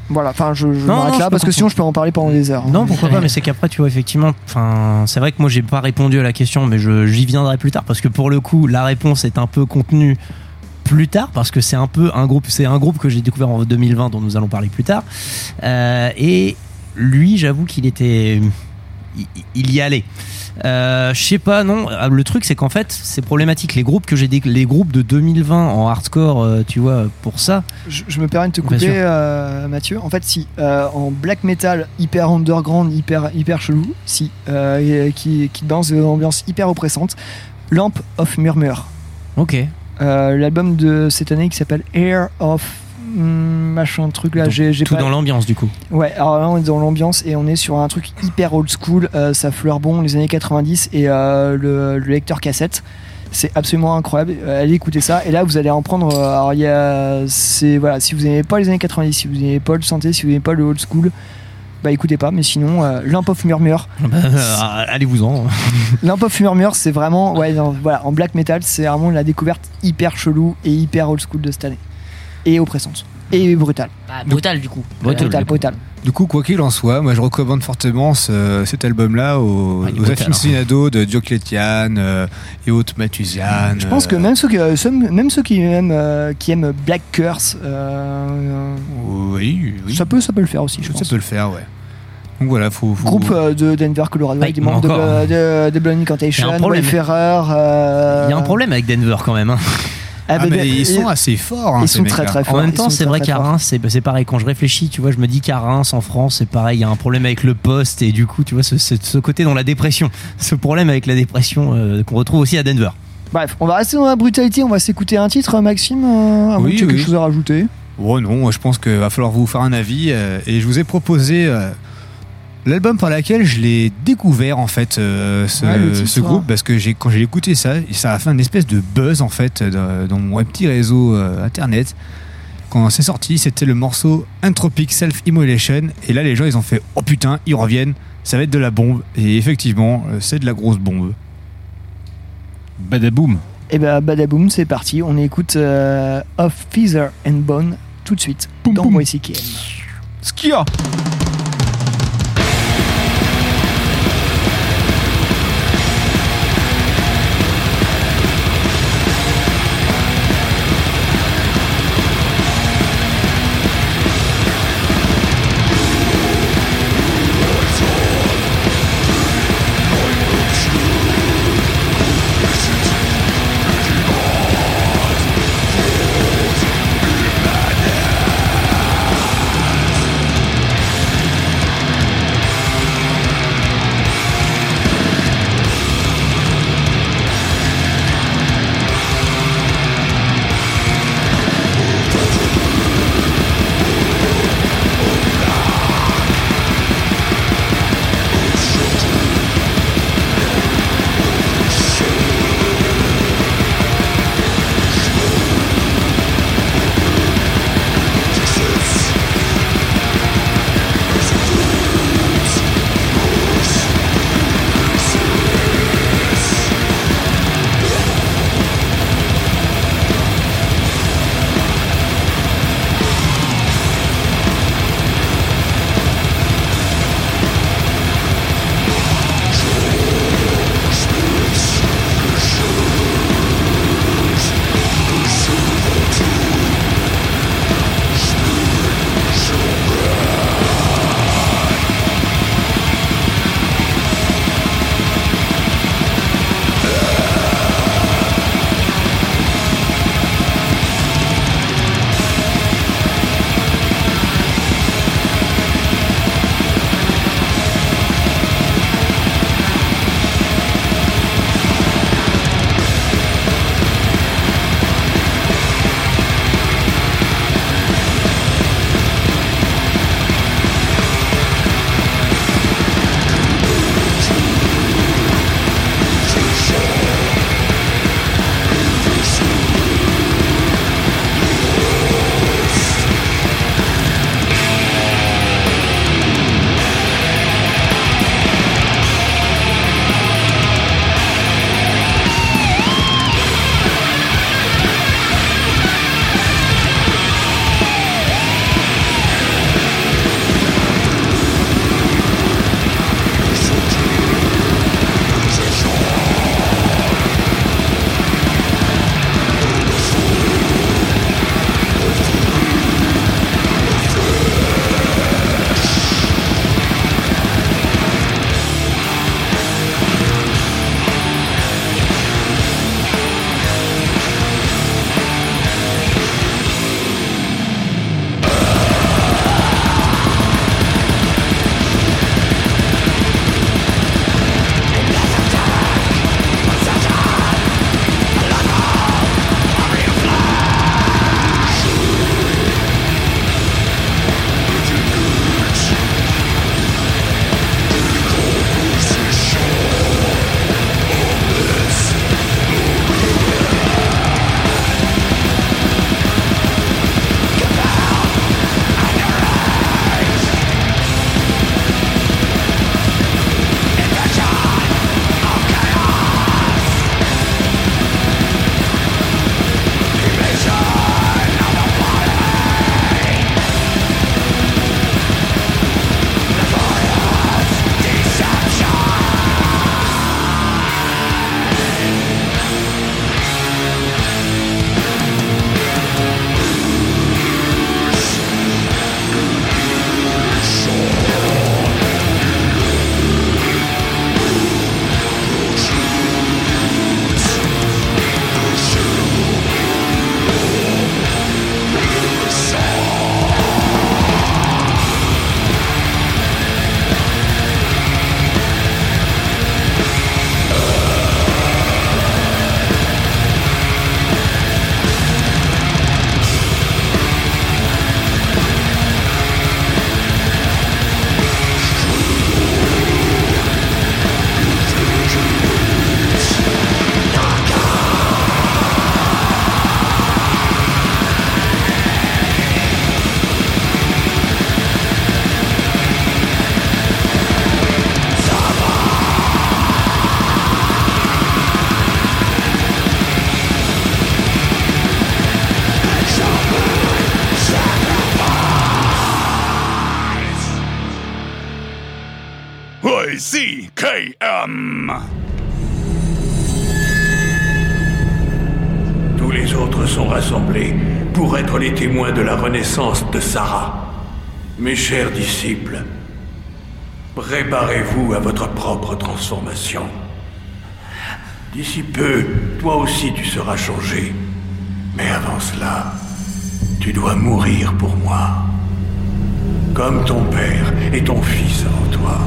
Voilà, enfin je, je Non, m'arrête non, là je parce peux que sinon je peux en parler pendant des heures. Non, pourquoi pas, mais c'est qu'après, tu vois, effectivement, enfin, c'est vrai que moi, j'ai pas répondu à la question, mais je, j'y viendrai plus tard, parce que pour le coup, la réponse est un peu contenue plus tard, parce que c'est un peu un groupe, c'est un groupe que j'ai découvert en deux mille vingt, dont nous allons parler plus tard, euh, et lui, j'avoue qu'il était, il, il y allait. Euh, je sais pas, non. Le truc, c'est qu'en fait, c'est problématique. Les groupes que j'ai, dé- les groupes de deux mille vingt en hardcore, euh, tu vois, pour ça. Je, je me permets de te Bien couper, sûr. euh, Mathieu. En fait, si euh, en black metal hyper underground, hyper hyper chelou, si euh, et- qui qui balance des ambiances hyper oppressantes, Lamp of Murmur. Ok. Euh, l'album de cette année qui s'appelle Air of hum, machin truc là. Donc, j'ai, j'ai tout pas... dans l'ambiance, du coup. Ouais, alors là on est dans l'ambiance et on est sur un truc hyper old school, euh, ça fleure bon les années quatre-vingt-dix et euh, le, le lecteur cassette, c'est absolument incroyable. Euh, allez écouter ça et là vous allez en prendre. euh, alors il y a, c'est voilà, si vous n'aimez pas les années quatre-vingt-dix, si vous n'aimez pas le synthé, si vous n'aimez pas le old school, bah écoutez pas. Mais sinon, euh, Lamp of Murmur, Bah, euh, allez-vous-en. Lamp of Murmur, c'est vraiment ouais, non, voilà, en black metal, c'est vraiment la découverte hyper chelou et hyper old school de cette année et oppressante et brutale. Bah, brutal du coup. Brutal, brutal, brutal. Du coup, quoi qu'il en soit, moi je recommande fortement ce- cet album-là aux, Ah, il est aux brutal, aficionados de Dioclétian euh, et autres Mathusian. Je pense que même ceux qui, ceux- même ceux qui aiment, euh, qui aiment Black Curse, euh, Oui, oui. ça peut, ça peut le faire aussi. Je Ça pense. peut le faire, ouais. Donc voilà, faut. faut... Groupe euh, de Denver, Colorado, avec des membres de, encore. de, de Blood Il y a Incantation, un problème. Wayfarer. euh, Il y a un problème avec Denver quand même. Hein. ah, Ah, bah, mais bah, ils sont ils- assez forts. hein, ils ces sont très mecs-là. très forts. En même ils temps, sont c'est très, vrai très qu'à forts. Reims, c'est, c'est pareil. Quand je réfléchis, tu vois, je me dis qu'à Reims, en France, c'est pareil. Il y a un problème avec le poste et du coup, tu vois, ce, ce, ce côté dans la dépression, ce problème avec la dépression euh, qu'on retrouve aussi à Denver. Bref, on va rester dans la brutalité. On va s'écouter un titre, Maxime. Euh, à moins Oui, que tu aies oui. quelque chose à rajouter. Oh non, moi, je pense qu'il va falloir vous faire un avis. euh, et je vous ai proposé euh, l'album par lequel je l'ai découvert, en fait, euh, ce, Ouais, le titre, ce groupe, ouais. parce que j'ai, quand j'ai écouté ça, ça a fait une espèce de buzz, en fait, dans, dans mon petit réseau euh, internet. Quand c'est sorti, c'était le morceau Entropic Self-Immolation. Et là, les gens, ils ont fait oh putain, ils reviennent, ça va être de la bombe. Et effectivement, euh, c'est de la grosse bombe. Badaboum. Et ben, badaboum, c'est parti. On écoute euh, Of Feather and Bone tout de suite dans boum. Y C K M. Skia. Thank Y C K M. Tous les autres sont rassemblés pour être les témoins de la renaissance de Sarah. Mes chers disciples, préparez-vous à votre propre transformation. D'ici peu, toi aussi tu seras changé. Mais avant cela, tu dois mourir pour moi. Comme ton père et ton fils avant toi.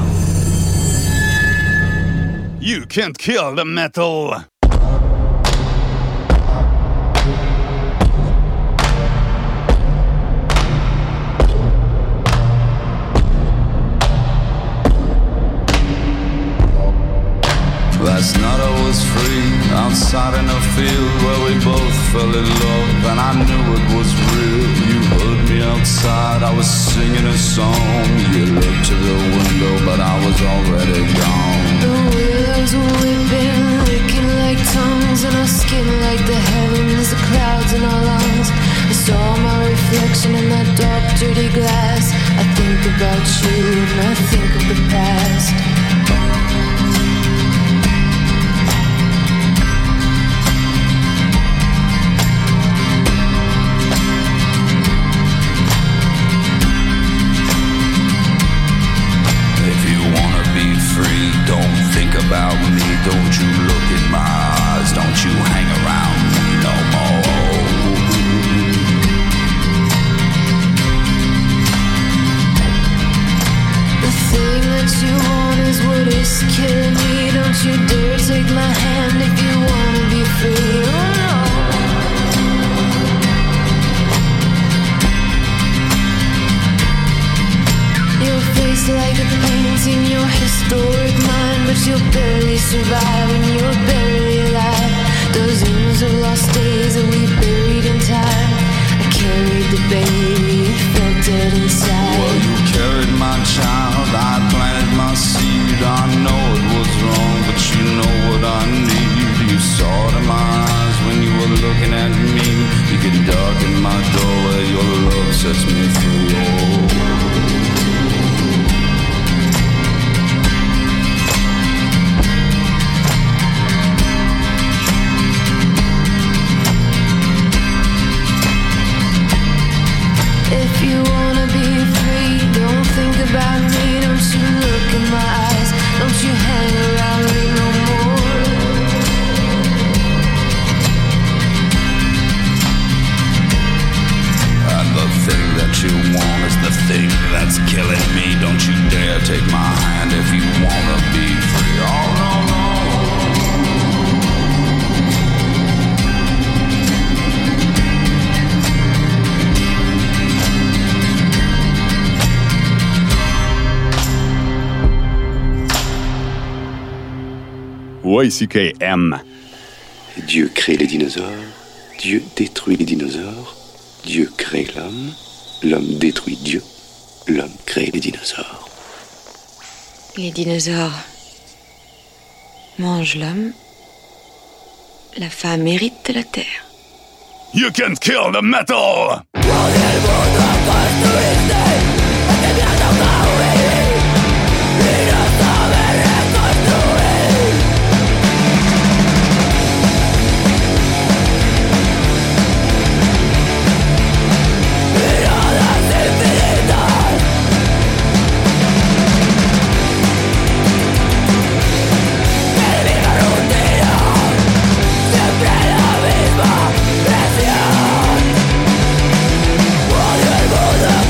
You can't kill the metal. Last night I was free, outside in a field where we both fell in love, and I knew it was real. You heard me outside, I was singing a song. You looked to the window, but I was already gone. The willows were whipping, licking like tongues, and our skin like the heavens, the clouds in our lungs. I saw my reflection in that dark, dirty glass. I think about you, and I think of the past. Don't think about me, don't you look in my eyes, don't you hang around me no more. The thing that you want is what is killing me. Don't you dare take my hand if you wanna be free. Oh no. Your face like a painting, your historic mind, but you'll barely survive and you're barely alive. Dozens of lost days that we buried in time. I carried the baby, it felt dead inside. Well, you carried my child, I planted my seed. I know it was wrong, but you know what I need. You saw it in my eyes when you were looking at me. You can darken my doorway, your love sets me free. Oh. If you wanna be free, don't think about me. Don't you look in my eyes, don't you hang around me no more. And the thing that you want is the thing that's killing me. Don't you dare take my hand if you wanna be free. Oh no, no. Y C K M. Dieu crée les dinosaures, Dieu détruit les dinosaures, Dieu crée l'homme, l'homme détruit Dieu, l'homme crée les dinosaures. Les dinosaures mangent l'homme, la femme hérite de la terre. You can't kill the metal! Odio el mundo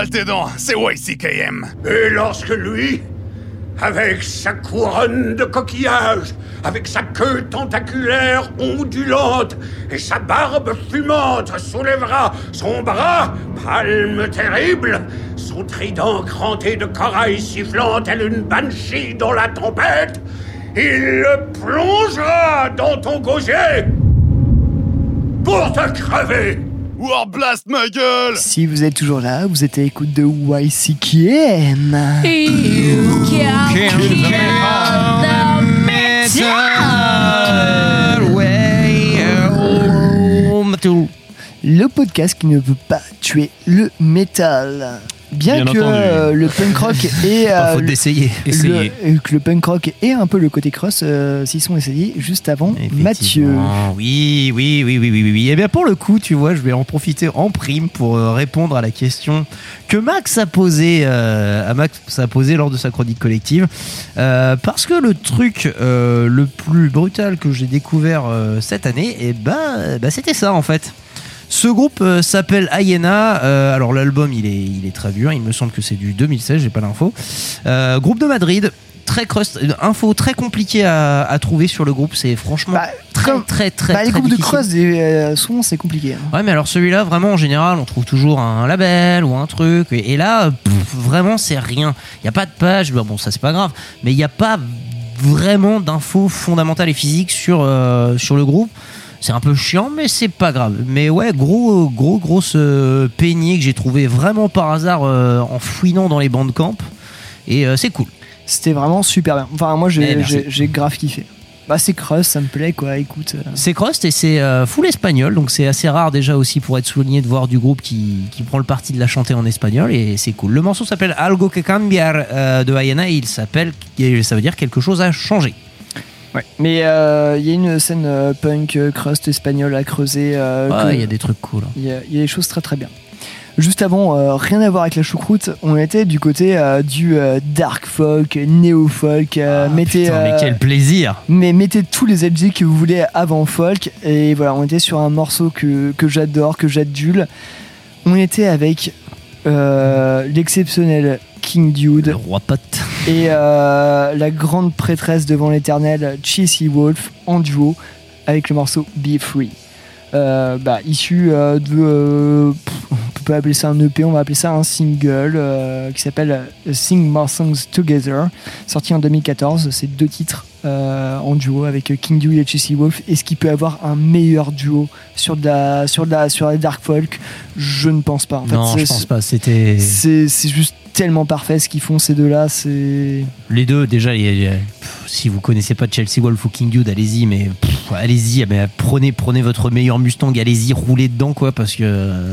régale tes dents, c'est Y C K M. Et lorsque lui, avec sa couronne de coquillages, avec sa queue tentaculaire ondulante et sa barbe fumante soulèvera son bras, palme terrible, son trident cranté de corail sifflant tel une banshee dans la tempête, il le plongera dans ton gosier pour te crever. Warblast ma gueule. Si vous êtes toujours là, vous êtes à l'écoute de Y C K M. You can kill the metal way home. Le podcast qui ne peut pas tuer le métal. Bien, Bien que euh, entendu. le punk rock et Pas euh, faute d'essayer. le, Essayer. euh, que le punk rock et un peu le côté cross euh, s'y sont essayés juste avant Mathieu. Effectivement. Oui, oui, oui, oui, oui, oui, oui. Et bien pour le coup, tu vois, je vais en profiter en prime pour euh, répondre à la question que Max a posée, euh, à Max a posée lors de sa chronique collective, Euh, parce que le truc euh, le plus brutal que j'ai découvert euh, cette année, et ben, bah, c'était ça en fait. Ce groupe euh, s'appelle Hyena. Euh, alors l'album il est, il est très vieux, il me semble que c'est du deux mille seize, j'ai pas l'info. Euh, groupe de Madrid, très crust, info très compliquée à, à trouver sur le groupe, c'est franchement Bah, très, comme- très très bah, les très groupes de difficile. cross, euh, souvent c'est compliqué. hein. Ouais, mais alors celui-là, vraiment en général, on trouve toujours un label ou un truc. Et, et là, pff, vraiment, c'est rien. Il n'y a pas de page. Bon, ça, c'est pas grave. Mais il n'y a pas vraiment d'infos fondamentales et physiques sur, euh, sur le groupe. C'est un peu chiant, mais c'est pas grave. Mais ouais, gros, gros, grosse euh, peignée que j'ai trouvé vraiment par hasard euh, en fouinant dans les bandcamp. Et euh, c'est cool. C'était vraiment super bien. Enfin, moi Eh, j'ai merci. j'ai- j'ai grave kiffé. Bah, c'est crust, ça me plaît quoi. Écoute. euh. C'est crust et c'est euh, full espagnol, donc c'est assez rare déjà aussi pour être souligné de voir du groupe qui, qui prend le parti de la chanter en espagnol et c'est cool. Le morceau s'appelle Algo que cambiar euh, de Hyena et il s'appelle, et ça veut dire quelque chose a changé. Ouais. Mais il euh, y a une scène euh, punk euh, crust espagnole à creuser. euh, Ouais, que- il y a des trucs cool. Il y, a- il y a des choses très très bien. Juste avant, euh, rien à voir avec la choucroute, on était du côté euh, du euh, dark folk, néo folk. euh, mettez, Putain, mais euh, quel plaisir! mais mettez tous les adjectifs que vous voulez avant folk. Et voilà, on était sur un morceau que, que j'adore, que j'adule. On était avec euh, l'exceptionnel King Dude. Le roi pote. Et euh, la grande prêtresse devant l'éternel, Chelsea Wolf, en duo, avec le morceau Be Free. Euh, bah, issu euh, de. Euh, pff, on peut pas appeler ça un E P, on va appeler ça un single euh, qui s'appelle euh, Sing More Songs Together, sorti en deux mille quatorze. C'est deux titres euh, en duo avec King Dude et Chelsea Wolf. Est-ce qu'il peut avoir un meilleur duo sur de la, sur de la, sur la dark folk? Je ne pense pas. En fait, Non, c'est- je pense pas. C'était C'est c'est juste tellement parfait ce qu'ils font ces deux-là. C'est. les deux déjà. il y a- il y a- pff, si vous connaissez pas Chelsea Wolf ou King Dude, allez-y, mais pff, allez-y, mais prenez, prenez votre meilleur Mustang, allez-y, roulez dedans quoi, parce que euh,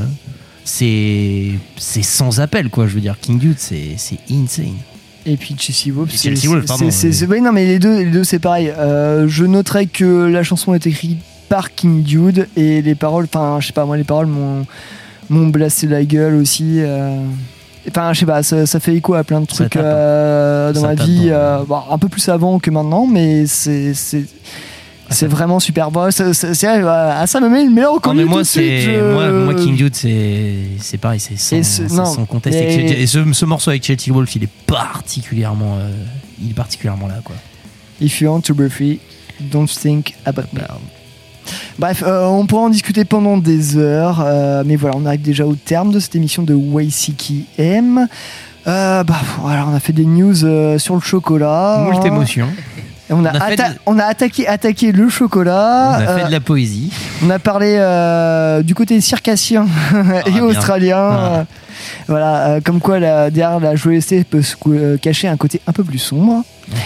c'est c'est sans appel quoi. Je veux dire, King Dude, c'est c'est insane. Et puis Chelsea Wolf, Et c'est- Chelsea Wolf, c'est- pardon, c'est- oui. c'est- ouais, non mais les deux, les deux c'est pareil. Euh, je noterai que la chanson est écrite par King Dude et les paroles, enfin je sais pas moi les paroles m'ont m'ont blasté la gueule aussi. euh. Enfin je sais pas, ça, ça fait écho à plein de Ça trucs tape, hein. euh, dans Ça ma tape, vie, hein. euh, bon, un peu plus avant que maintenant, mais c'est c'est c'est vraiment super. Bon, ça, ça, c'est- à ça me met une Non, mélancolie mais tout moi, de suite. c'est je- moi, moi King Dude, c'est c'est pareil, c'est sans, Et ce- c'est non, sans conteste. mais- Et, et ce, ce morceau avec Chelsea Wolf, il est particulièrement, euh, il est particulièrement là quoi. If you want to be free, don't think about me. Bref, euh, on pourra en discuter pendant des heures, euh, mais voilà, on arrive déjà au terme de cette émission de Y C K M. Euh, bah, voilà, on a fait des news euh, sur le chocolat. Moult émotions. Et On a, On a fait atta- de- on a attaqué, attaqué le chocolat. On a fait Euh, de la poésie. on a parlé euh, du côté circassien et bien. australien. Ah. Euh, Voilà, euh, comme quoi la, derrière la joyeuseté peut se cou- euh, cacher un côté un peu plus sombre.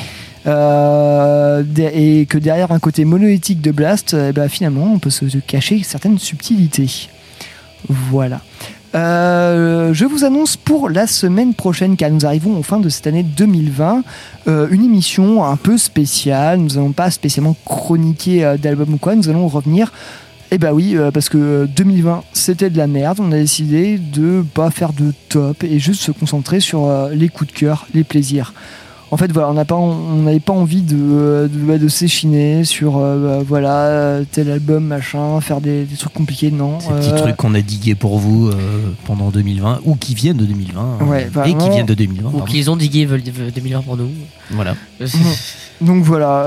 Euh, de- et que derrière un côté monolithique de Blast, eh ben, finalement, on peut se cacher certaines subtilités. Voilà. Euh, je vous annonce pour la semaine prochaine, car nous arrivons en fin de cette année deux mille vingt, euh, une émission un peu spéciale. Nous n'allons pas spécialement chroniquer euh, d'album ou quoi, nous allons revenir. Eh bah oui, euh, parce que euh, deux mille vingt c'était de la merde, on a décidé de pas faire de top et juste se concentrer sur euh, les coups de cœur, les plaisirs. En fait, voilà, on n'a pas, on n'avait pas envie de, de, de s'échiner sur, euh, voilà, tel album, machin, faire des, des trucs compliqués, non. Ces petits Euh, trucs qu'on a digués pour vous euh, pendant deux mille vingt, ou qui viennent de deux mille vingt, hein, Ouais, et vraiment. qui viennent de deux mille vingt. Ou pardon. qu'ils ont digué veulent- veulent deux mille vingt pour nous. Voilà. Donc voilà,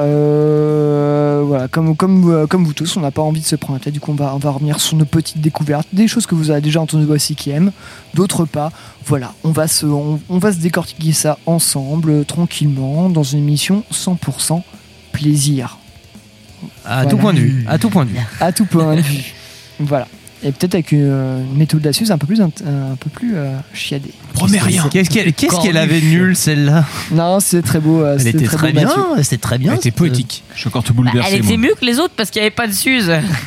euh, voilà, comme, comme, euh, comme vous tous, on n'a pas envie de se prendre la tête, du coup on va, on va revenir sur nos petites découvertes, des choses que vous avez déjà entendues voici qui aiment, d'autres pas. Voilà, on va se, on, on va se décortiquer ça ensemble, euh, tranquillement, dans une émission cent pour cent plaisir. À Voilà. tout point de vue. À tout point de vue. À tout point de vue. Voilà. Et peut-être avec une, une méthode d'astuce un peu plus, int- un peu plus euh, chiadée. Promets rien. Qu'est-ce qu'elle, qu'est-ce qu'elle avait de nul, celle-là? Non, c'est très beau. euh, Elle c'était était très, très beau, bien, Mathieu. c'était très bien. Elle était poétique. Je suis encore tout Bah, bouleversé. elle était moi. mieux que les autres parce qu'il n'y avait pas de Suze.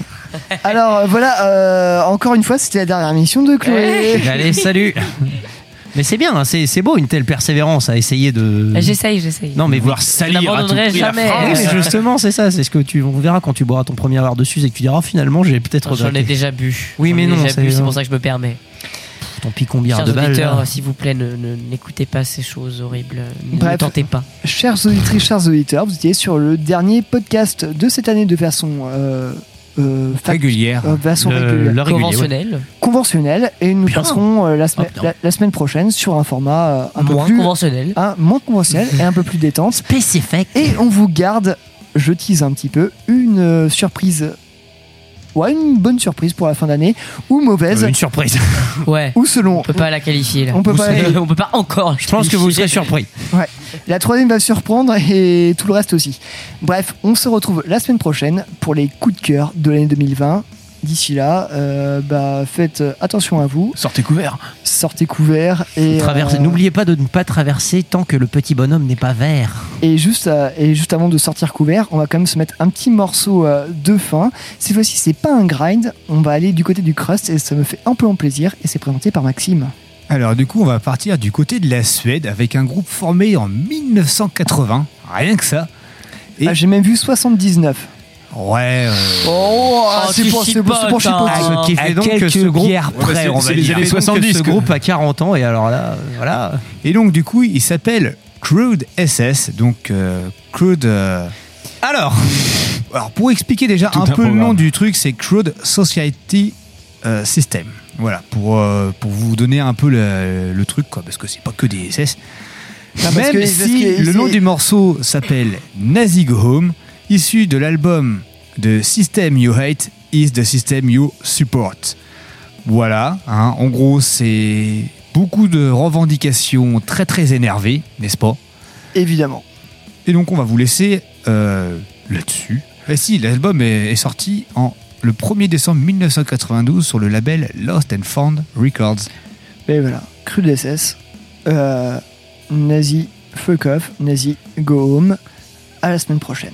Alors euh, voilà, euh, encore une fois, c'était la dernière émission de Chloé. Allez, salut. Mais c'est bien, hein, c'est, c'est beau une telle persévérance à essayer de. J'essaye, j'essaye. Non, mais Vouloir vous- salir à tout n'abandonnerai prix la jamais. Oui, France. mais justement, c'est ça, c'est ce que tu. On verra quand tu boiras ton premier verre de Suze et que tu diras finalement, j'ai peut-être J'en ai regretté. déjà bu. Oui, J'en mais ai non, déjà c'est- bu, c'est pour ça que je me permets. Ton picon bière Chers de balle. auditeurs, là. s'il vous plaît, ne, ne- n'écoutez pas ces choses horribles. Ne Bref. tentez pas. Chers auditrices, chers auditeurs, vous étiez sur le dernier podcast de cette année de façon euh, euh, fac- Régulière. euh, façon Le- régulière, le régulier, Conventionnel. conventionnelle, et nous Bien. passerons euh, la, semaine- Oh, putain. la, la semaine prochaine sur un format euh, un Moins peu plus conventionnel. un, moins conventionnel et un peu plus détente. Spécifique. Et on vous garde, je tease un petit peu, une euh, surprise. Ouais, une bonne surprise pour la fin d'année, ou mauvaise, Une surprise. Ouais. ou selon. On peut pas la qualifier là. On peut Vous pas savez, la- on peut pas encore. Je pense que vous serez surpris. Ouais. La troisième va surprendre et tout le reste aussi. Bref, on se retrouve la semaine prochaine pour les coups de cœur de l'année deux mille vingt. D'ici là, euh, bah, faites attention à vous, Sortez couvert. sortez couverts et, Traversez- euh, N'oubliez pas de ne pas traverser tant que le petit bonhomme n'est pas vert. et, juste, euh, et juste avant de sortir couvert, on va quand même se mettre un petit morceau euh, de fin. Cette fois-ci, c'est pas un grind, on va aller du côté du crust et ça me fait un peu en plaisir et c'est présenté par Maxime. Alors du coup, on va partir du côté de la Suède avec un groupe formé en mille neuf cent quatre-vingts. Rien que ça. Et Ah, j'ai même vu soixante-dix-neuf. ouais. euh, Oh, ah, c'est tu pour, c'est pour, c'est pour chipotes, chipoter. hein. Ce qui à fait donc que quelques ce groupe, bières près, c'est- on c'est va les dire. années fait donc que soixante-dix, ce que- groupe a quarante ans et alors là, euh, voilà. Et donc du coup, il s'appelle Crude S S. Donc euh, Crude. euh, Alors, Alors pour expliquer déjà Tout un un peu le programme. nom du truc, c'est Crude Society euh, System. Voilà, pour, euh, pour vous donner un peu le, le truc, quoi, parce que c'est pas que des S S. Non, parce Même que- parce si que le ici- nom du morceau s'appelle Nazi Go Home, issu de l'album The System You Hate is the System You Support. Voilà, hein, en gros, c'est beaucoup de revendications très très énervées, n'est-ce pas? Évidemment. Et donc on va vous laisser euh, là-dessus. Et si, l'album est, est sorti en le premier décembre mille neuf cent quatre-vingt-douze sur le label Lost and Found Records. Et voilà, Crude S S, euh, Nazi fuck off, Nazi go home. À la semaine prochaine.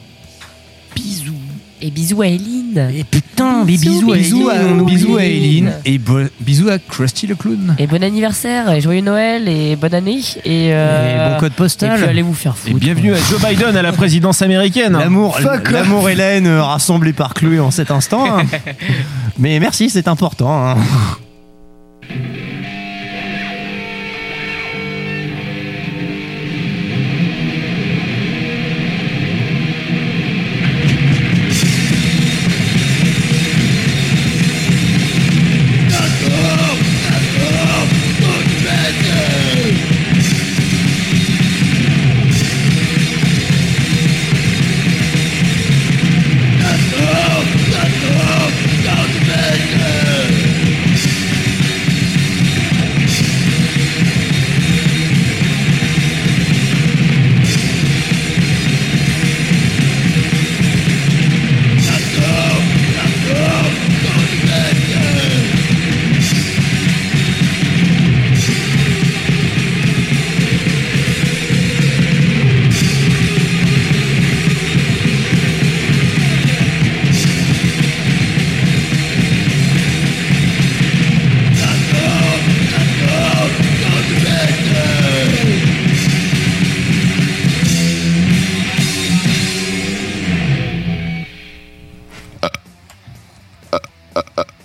Bisous. Et bisous à Eileen. et putain, mais bisous, Bisous à, Eileen, on bisous à oublie. Eileen et bo- bisous à Krusty le clown. Et bon anniversaire, et joyeux Noël, et bonne année. Et, euh, Et bon code postal. Et puis allez vous faire Et foutre. bienvenue à Joe Biden à la présidence américaine. L'amour, Fuck. l'amour Hélène euh, rassemblé par Chloé en cet instant. hein. Mais merci, c'est important. hein. uh, uh.